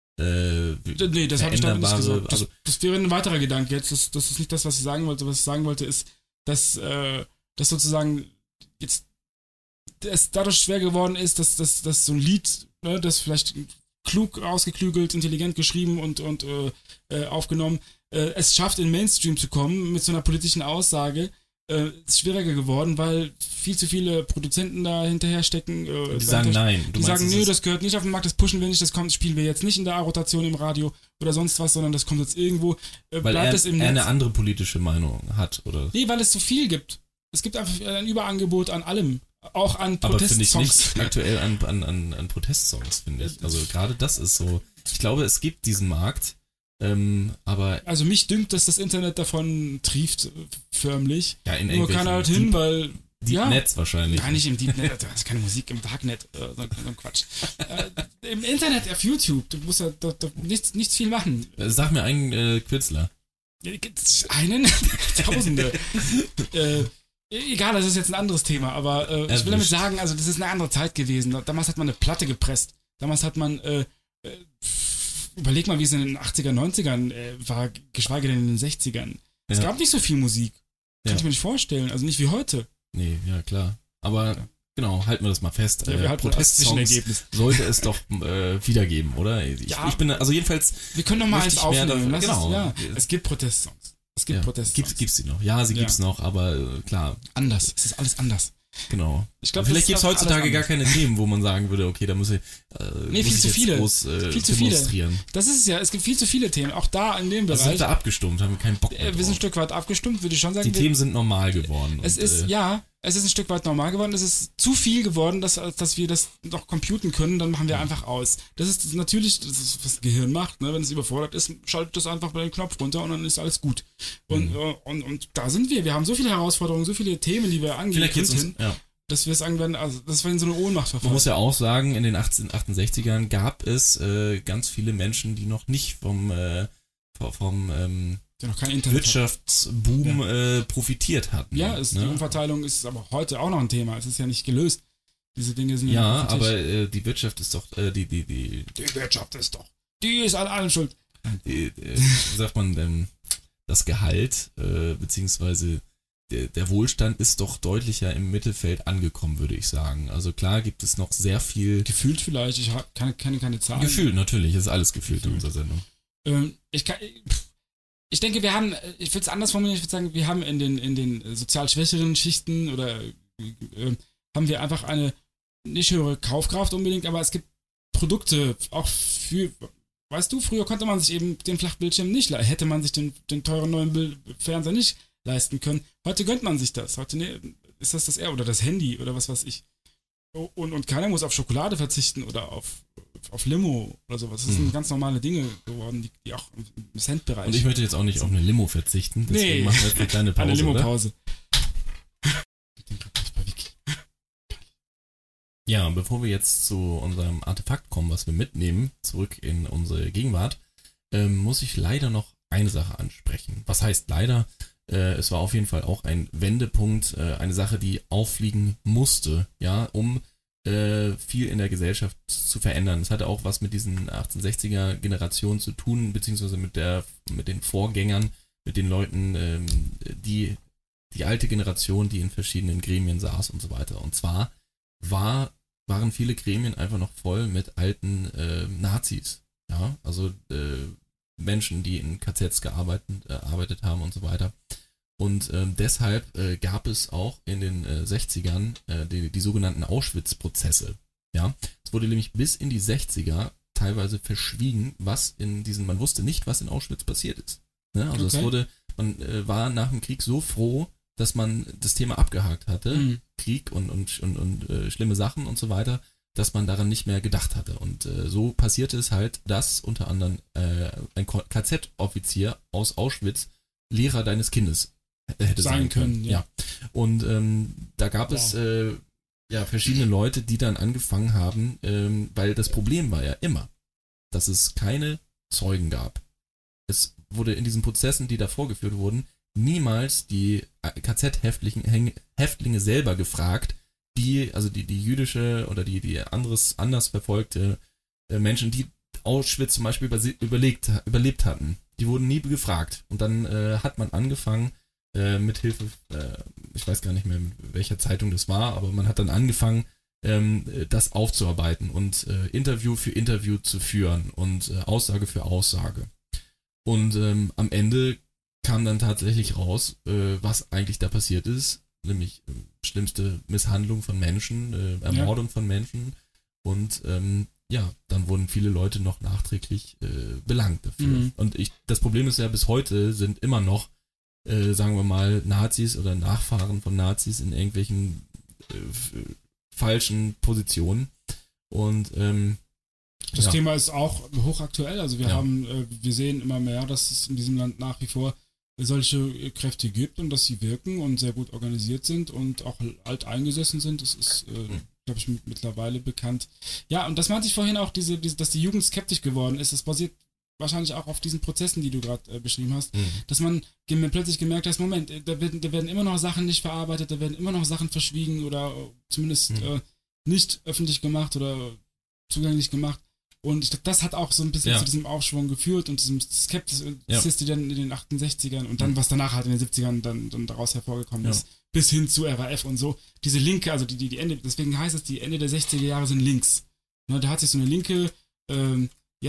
nee, das habe ich damit nicht gesagt. Das wäre ein weiterer Gedanke jetzt. Das ist nicht das, was ich sagen wollte. Was ich sagen wollte, ist, dass sozusagen jetzt es dadurch schwer geworden ist, dass so ein Lied, ne, das vielleicht klug ausgeklügelt, intelligent geschrieben und aufgenommen, es schafft, in Mainstream zu kommen mit so einer politischen Aussage, ist schwieriger geworden, weil viel zu viele Produzenten da hinterher stecken. Die sagen nein. Die sagen, nö, das gehört nicht auf den Markt, das pushen wir nicht, das spielen wir jetzt nicht in der A-Rotation im Radio oder sonst was, sondern das kommt jetzt irgendwo. Weil er eine andere politische Meinung hat, oder? Nee, weil es zu viel gibt. Es gibt einfach ein Überangebot an allem. Auch an Protestsongs. Aber finde ich nicht aktuell an Protestsongs, finde ich. Also gerade das ist so. Ich glaube, es gibt diesen Markt, aber... Also mich dünkt, dass das Internet davon trieft, förmlich. Ja, in nur keiner halt hin, weil... Deep Netz wahrscheinlich. Nein, nicht im Deep Net, da ist keine Musik im Darknet, so ein Quatsch. Im Internet, auf YouTube, du musst da nichts viel machen. Sag mir einen Künstler. Einen? Tausende. Egal, das ist jetzt ein anderes Thema, aber ich will damit sagen, also das ist eine andere Zeit gewesen. Damals hat man eine Platte gepresst. Damals hat man, überleg mal, wie es in den 80er, 90ern war, geschweige denn in den 60ern. Es gab nicht so viel Musik. Kann ich mir nicht vorstellen, also nicht wie heute. Nee, ja klar. Aber genau, halten wir das mal fest. Protestsongs sollte es doch wiedergeben, oder? Ich bin, also jedenfalls... Wir können doch mal eins aufnehmen. Genau. Es gibt Protestsongs. Es gibt Protestsongs. Gibt's die noch? Ja, sie gibt's noch, aber klar. Anders. Es ist alles anders. Genau. Ich glaub, vielleicht gibt es heutzutage gar keine Themen, wo man sagen würde, okay, da muss ich viel zu viele. Viel zu viele. Das ist es ja, es gibt viel zu viele Themen, auch da in dem Bereich. Sind wir abgestimmt, haben wir keinen Bock mehr drauf. Wir sind ein Stück weit abgestimmt, würde ich schon sagen. Die Themen sind normal geworden. Es ist ein Stück weit normal geworden, es ist zu viel geworden, dass wir das noch computen können, dann machen wir einfach aus. Das ist natürlich, das ist, was das Gehirn macht, ne? Wenn es überfordert ist, schaltet das einfach bei den Knopf runter und dann ist alles gut. Und da sind wir. Wir haben so viele Herausforderungen, so viele Themen, die wir angehen können. Dass wir sagen werden, also das war in so eine Ohnmacht verfallen. Man muss ja auch sagen, in den 1868ern gab es ganz viele Menschen, die noch nicht vom Wirtschaftsboom profitiert hatten. Ja, die Umverteilung ist aber heute auch noch ein Thema. Es ist ja nicht gelöst. Diese Dinge sind ja aber die Wirtschaft ist doch die Wirtschaft ist doch. Die ist an allem schuld. Wie sagt man denn? Das Gehalt beziehungsweise der Wohlstand ist doch deutlicher im Mittelfeld angekommen, würde ich sagen. Also klar gibt es noch sehr viel... Gefühlt vielleicht, ich kenne keine Zahlen. Gefühlt, natürlich, ist alles gefühlt in unserer Sendung. Ich denke, wir haben, ich würde es anders formulieren, ich würde sagen, wir haben in den sozial schwächeren Schichten oder haben wir einfach eine nicht höhere Kaufkraft unbedingt, aber es gibt Produkte auch für... Weißt du, früher konnte man sich eben den Flachbildschirm nicht leisten, hätte man sich den teuren neuen Fernseher nicht leisten können. Heute gönnt man sich das. Heute ist das oder das Handy oder was weiß ich. Und keiner muss auf Schokolade verzichten oder auf Limo oder sowas. Das sind ganz normale Dinge geworden, die auch im Cent-Bereich. Und ich möchte jetzt auch nicht auf eine Limo verzichten, deswegen machen wir jetzt eine kleine Pause. Eine Limo-Pause. Ja, bevor wir jetzt zu unserem Artefakt kommen, was wir mitnehmen, zurück in unsere Gegenwart, muss ich leider noch eine Sache ansprechen. Was heißt leider? Es war auf jeden Fall auch ein Wendepunkt, eine Sache, die auffliegen musste, ja, um viel in der Gesellschaft zu verändern. Es hatte auch was mit diesen 1860er Generationen zu tun, beziehungsweise mit den Vorgängern, mit den Leuten, die alte Generation, die in verschiedenen Gremien saß und so weiter. Und zwar waren viele Gremien einfach noch voll mit alten Nazis, ja, also Menschen, die in KZs gearbeitet haben und so weiter. Und deshalb gab es auch in den 60ern die sogenannten Auschwitz-Prozesse. Ja, es wurde nämlich bis in die 60er teilweise verschwiegen, man wusste nicht, was in Auschwitz passiert ist. Ne? Also man war nach dem Krieg so froh, dass man das Thema abgehakt hatte, Krieg und schlimme Sachen und so weiter, dass man daran nicht mehr gedacht hatte. Und so passierte es halt, dass unter anderem ein KZ-Offizier aus Auschwitz Lehrer deines Kindes hätte sein können. Ja. Und da gab es verschiedene Leute, die dann angefangen haben, weil das Problem war ja immer, dass es keine Zeugen gab. Es wurde in diesen Prozessen, die da vorgeführt wurden, niemals die KZ-Häftlinge selber gefragt, die jüdische oder die anders verfolgte Menschen, die Auschwitz zum Beispiel überlebt hatten. Die wurden nie gefragt. Und dann hat man angefangen, mit Hilfe, ich weiß gar nicht mehr, mit welcher Zeitung das war, aber man hat dann angefangen, das aufzuarbeiten und Interview für Interview zu führen und Aussage für Aussage. Und am Ende kam dann tatsächlich raus, was eigentlich da passiert ist, nämlich schlimmste Misshandlung von Menschen, Ermordung von Menschen und dann wurden viele Leute noch nachträglich belangt dafür. Und das Problem ist ja, bis heute sind immer noch, sagen wir mal, Nazis oder Nachfahren von Nazis in irgendwelchen falschen Positionen. Und das Thema ist auch hochaktuell. Also wir sehen immer mehr, dass es in diesem Land nach wie vor solche Kräfte gibt und dass sie wirken und sehr gut organisiert sind und auch alt eingesessen sind. Das ist, glaube ich, mittlerweile bekannt. Ja, und das meinte ich vorhin auch, dass die Jugend skeptisch geworden ist. Das basiert wahrscheinlich auch auf diesen Prozessen, die du gerade beschrieben hast, dass man plötzlich gemerkt hat, Moment, da werden immer noch Sachen nicht verarbeitet, da werden immer noch Sachen verschwiegen oder zumindest nicht öffentlich gemacht oder zugänglich gemacht. Und ich glaube, das hat auch so ein bisschen zu diesem Aufschwung geführt und diesem Skepsis, die dann in den 68ern und dann, was danach halt in den 70ern dann daraus hervorgekommen ist, bis hin zu RAF und so. Diese Linke, also die Ende, deswegen heißt es, die Ende der 60er Jahre sind links. Ne, da hat sich so eine linke, eine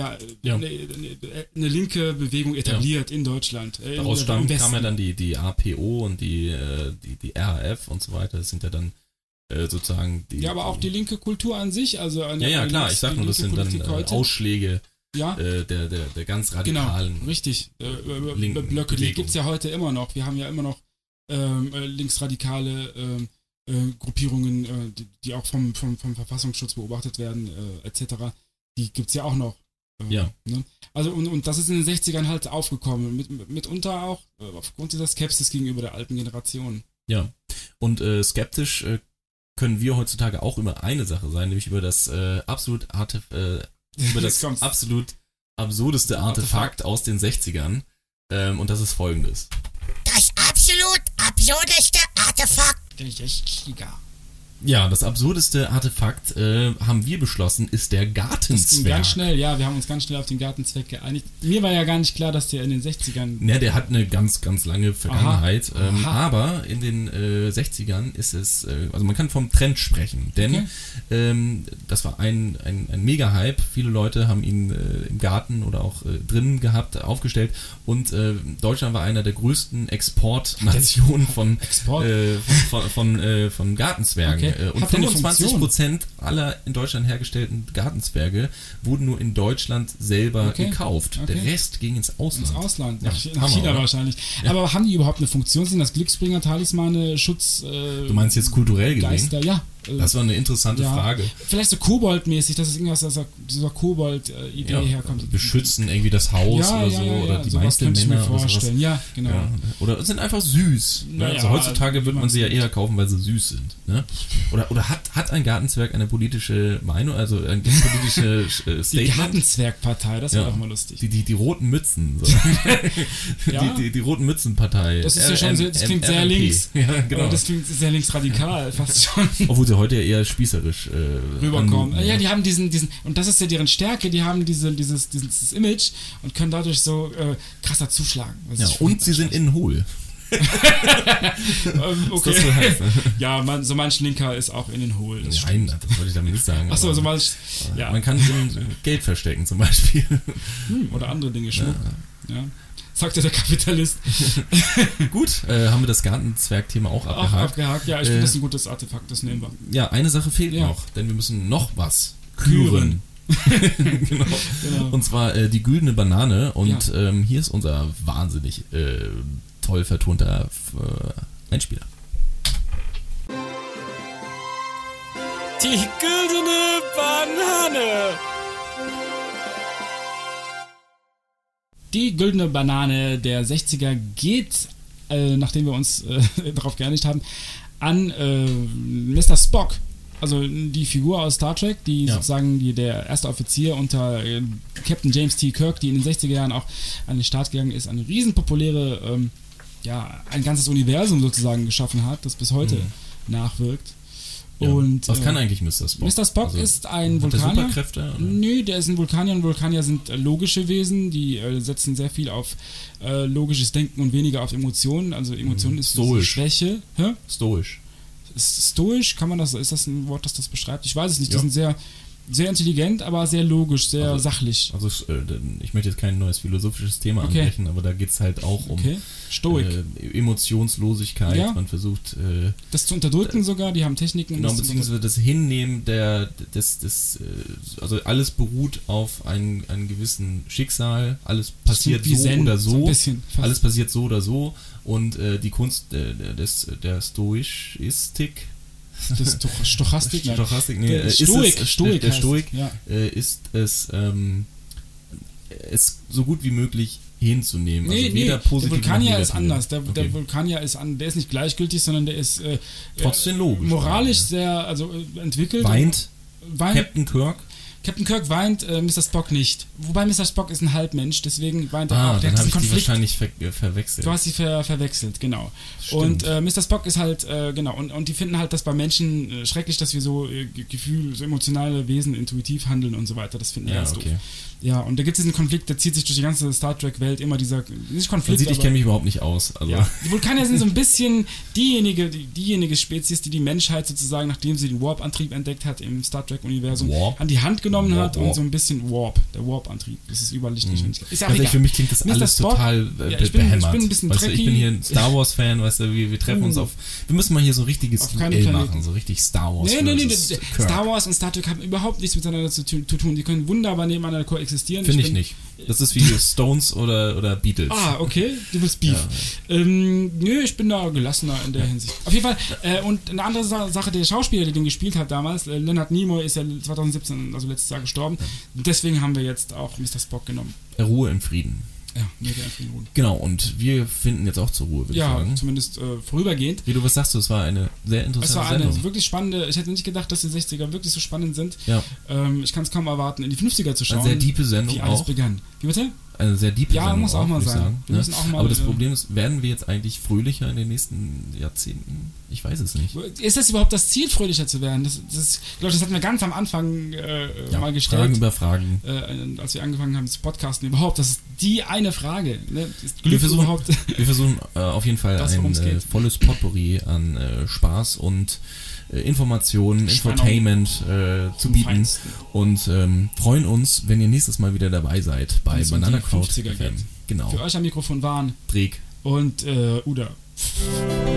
linke Bewegung etabliert in Deutschland. Daraus kam ja dann die APO und die RAF und so weiter. Das sind ja dann sozusagen die... Ja, aber auch die linke Kultur an sich. Also klar, ich sag nur, das sind dann Ausschläge der ganz radikalen... Genau, richtig. Blöcke, die gibt es ja heute immer noch. Wir haben ja immer noch linksradikale Gruppierungen, die auch vom Verfassungsschutz beobachtet werden, etc. Die gibt es ja auch noch. Ne? Also und das ist in den 60ern halt aufgekommen, mitunter auch aufgrund dieser Skepsis gegenüber der alten Generation. Ja, und skeptisch können wir heutzutage auch über eine Sache sein, nämlich über das absolut absurdeste Artefakt aus den 60ern. Und das ist folgendes. Das absolut absurdeste Artefakt der 60er. Ja, das absurdeste Artefakt, haben wir beschlossen, ist der Gartenzwerg. Das ging ganz schnell, wir haben uns ganz schnell auf den Gartenzwerg geeinigt. Mir war ja gar nicht klar, dass der in den 60ern... Ja, der hat eine ganz, ganz lange Vergangenheit. Aber in den 60ern ist es, also man kann vom Trend sprechen, denn das war ein Mega-Hype. Viele Leute haben ihn im Garten oder auch drinnen gehabt, aufgestellt und Deutschland war einer der größten Exportnationen von Gartenzwergen. Okay. Und 25% aller in Deutschland hergestellten Gartenzwerge wurden nur in Deutschland selber gekauft. Der Rest ging ins Ausland. Ins Ausland, nach China wahrscheinlich. Ja. Aber haben die überhaupt eine Funktion? Sind das Glücksbringer, Talismane, Schutz? Du meinst jetzt kulturell gesehen? Geister, ja. Das war eine interessante Frage. Vielleicht so Kobold-mäßig, dass es irgendwas aus dieser Kobold-Idee herkommt. Beschützen irgendwie das Haus oder so. Oder die meisten Männer oder sowas. Ja, genau. Ja. Oder sind einfach süß. Ne? Also heutzutage würde man sie ja eher kaufen, weil sie süß sind. Ne? Oder hat ein Gartenzwerg eine politische Meinung, also ein politisches Statement? Die Gartenzwergpartei, das wäre auch mal lustig. Die roten Mützen. So. die roten Mützen-Partei. Das ist ja schon, das klingt sehr links. Ja, genau. Das klingt sehr linksradikal, fast schon. Obwohl sie heute ja eher spießerisch rüberkommen. Ja, die haben diesen, und das ist ja deren Stärke, die haben dieses Image und können dadurch so krasser zuschlagen. Ja, und sie sind innen hohl. Okay. Das so ja, so manch Linker ist auch innen hohl. Nein, das wollte ich damit nicht sagen. Achso, so manch, man kann Geld verstecken zum Beispiel. Oder andere Dinge, Schmuck. Ja. Sagte der Kapitalist. Gut, haben wir das Gartenzwerg-Thema auch abgehakt. Abgehakt, ja, ich finde das ist ein gutes Artefakt, das nehmen wir. Ja, eine Sache fehlt Ja. noch, denn wir müssen noch was Küren. genau. Und zwar die güldene Banane. Und hier ist unser wahnsinnig toll vertonter Einspieler. Die güldene Banane. Die güldene Banane der 60er geht, nachdem wir uns darauf geeinigt haben, an Mr. Spock. Also die Figur aus Star Trek, die sozusagen der erste Offizier unter Captain James T. Kirk, die in den 60er Jahren auch an den Start gegangen ist, eine riesenpopuläre, ein ganzes Universum sozusagen geschaffen hat, das bis heute nachwirkt. Ja. Und, was kann eigentlich Mr. Spock? Mr. Spock ist ein hat der Vulkanier. Superkräfte? Oder? Nö, der ist ein Vulkanier und Vulkanier sind logische Wesen, die setzen sehr viel auf logisches Denken und weniger auf Emotionen. Also Emotionen ist Stoisch. Schwäche. Hä? Stoisch. Stoisch, kann man das, ist das ein Wort, das das beschreibt? Ich weiß es nicht. Die Ja. sind sehr, sehr intelligent, aber sehr logisch, sehr sachlich. Also ich möchte jetzt kein neues philosophisches Thema ansprechen, aber da geht es halt auch um Stoik. Emotionslosigkeit. Ja. Man versucht Das zu unterdrücken sogar, die haben Techniken. genau, das zu beziehungsweise das Hinnehmen also alles beruht auf einem gewissen Schicksal, alles passiert wie so Zen, oder so so, ein bisschen, fast. alles passiert so oder so und die Kunst der Stoistik Das Stochastik, nein. Stochastik, nee, Der ist Stoik, es, Stoik der heißt Stoik es, ja. ist es so gut wie möglich hinzunehmen. Nee, also weder der positiv noch Vulkanier ist negativ. anders. Der Okay. Vulkanier der ist nicht gleichgültig, sondern der ist Trotzdem logisch. moralisch Ja. sehr entwickelt. Weint Weint. Captain Kirk. Captain Kirk weint, Mr. Spock nicht. Wobei Mr. Spock ist ein Halbmensch, deswegen weint er auch. Der Dann hat habe ich diesen die wahrscheinlich verwechselt. Du hast sie verwechselt, genau. Stimmt. Und Mr. Spock ist halt, genau, und die finden halt das bei Menschen schrecklich, dass wir so so emotionale Wesen intuitiv handeln und so weiter. Das finden die ganz doof. Ja, und da gibt es diesen Konflikt, der zieht sich durch die ganze Star Trek-Welt immer nicht Man Konflikt, sieht, ich kenne mich überhaupt nicht aus. Also. ja. Die Vulkanier sind so ein bisschen diejenige Spezies, die Menschheit sozusagen, nachdem sie den Warp-Antrieb entdeckt hat im Star Trek-Universum, Warp? an die Hand genommen hat Warp. und so ein bisschen der Warp-Antrieb. Das ist überlichtlich. Ist ja auch Also egal. für mich klingt das Mr. alles Spock, total ich bin behämmert. ein bisschen weißt du, ich Trekkie. bin hier ein Star Wars-Fan, weißt du, wir treffen uns auf. Wir müssen mal hier so richtiges Auf keinem Duell Planeten. machen, so richtig Star Wars. Nee. versus Kirk. Star Wars und Star Trek haben überhaupt nichts miteinander zu tun. Die können wunderbar nebeneinander koexistieren. Finde ich nicht. Das ist wie Stones oder Beatles. Ah, okay, du willst Beef. Nö, ich bin da gelassener in der Hinsicht. Auf jeden Fall, und eine andere Sache, der Schauspieler, der den gespielt hat damals, Leonard Nimoy, ist ja 2017, also letztes Jahr gestorben. Deswegen haben wir jetzt auch Mr. Spock genommen. Ruhe im Frieden. Ja, möge er in Frieden ruhen. Genau, und wir finden jetzt auch zur Ruhe, würde ich Ja, sagen. zumindest vorübergehend. Wie du was sagst, es war eine sehr Es interessante war eine Sendung. wirklich spannende, ich hätte nicht gedacht, dass die 60er wirklich so spannend sind. Ja. Ich kann es kaum erwarten, in die 50er zu schauen. Eine sehr diepe Sendung wie alles auch. begann. Wie bitte? Eine sehr diepe Ja, Sendung muss auch mal würde ich sein. sagen, Wir müssen auch mal, aber das Problem ist, werden wir jetzt eigentlich fröhlicher in den nächsten Jahrzehnten? Ich weiß es nicht. Ist das überhaupt das Ziel, fröhlicher zu werden? Ich glaube, das hatten wir ganz am Anfang mal gestellt. Fragen über Fragen. Als wir angefangen haben zu podcasten. Überhaupt, das ist die eine Frage. Ne? Ist Wir Glück versuchen, überhaupt? wir versuchen auf jeden Fall Das, worum's ein geht. volles Potpourri an Spaß und Informationen, Infotainment zu bieten Feinsten. und freuen uns, wenn ihr nächstes Mal wieder dabei seid bei Wenn es um Banana die Crowd 50er FM. geht. Genau. Für euch am Mikrofon waren Dreg. und Uda.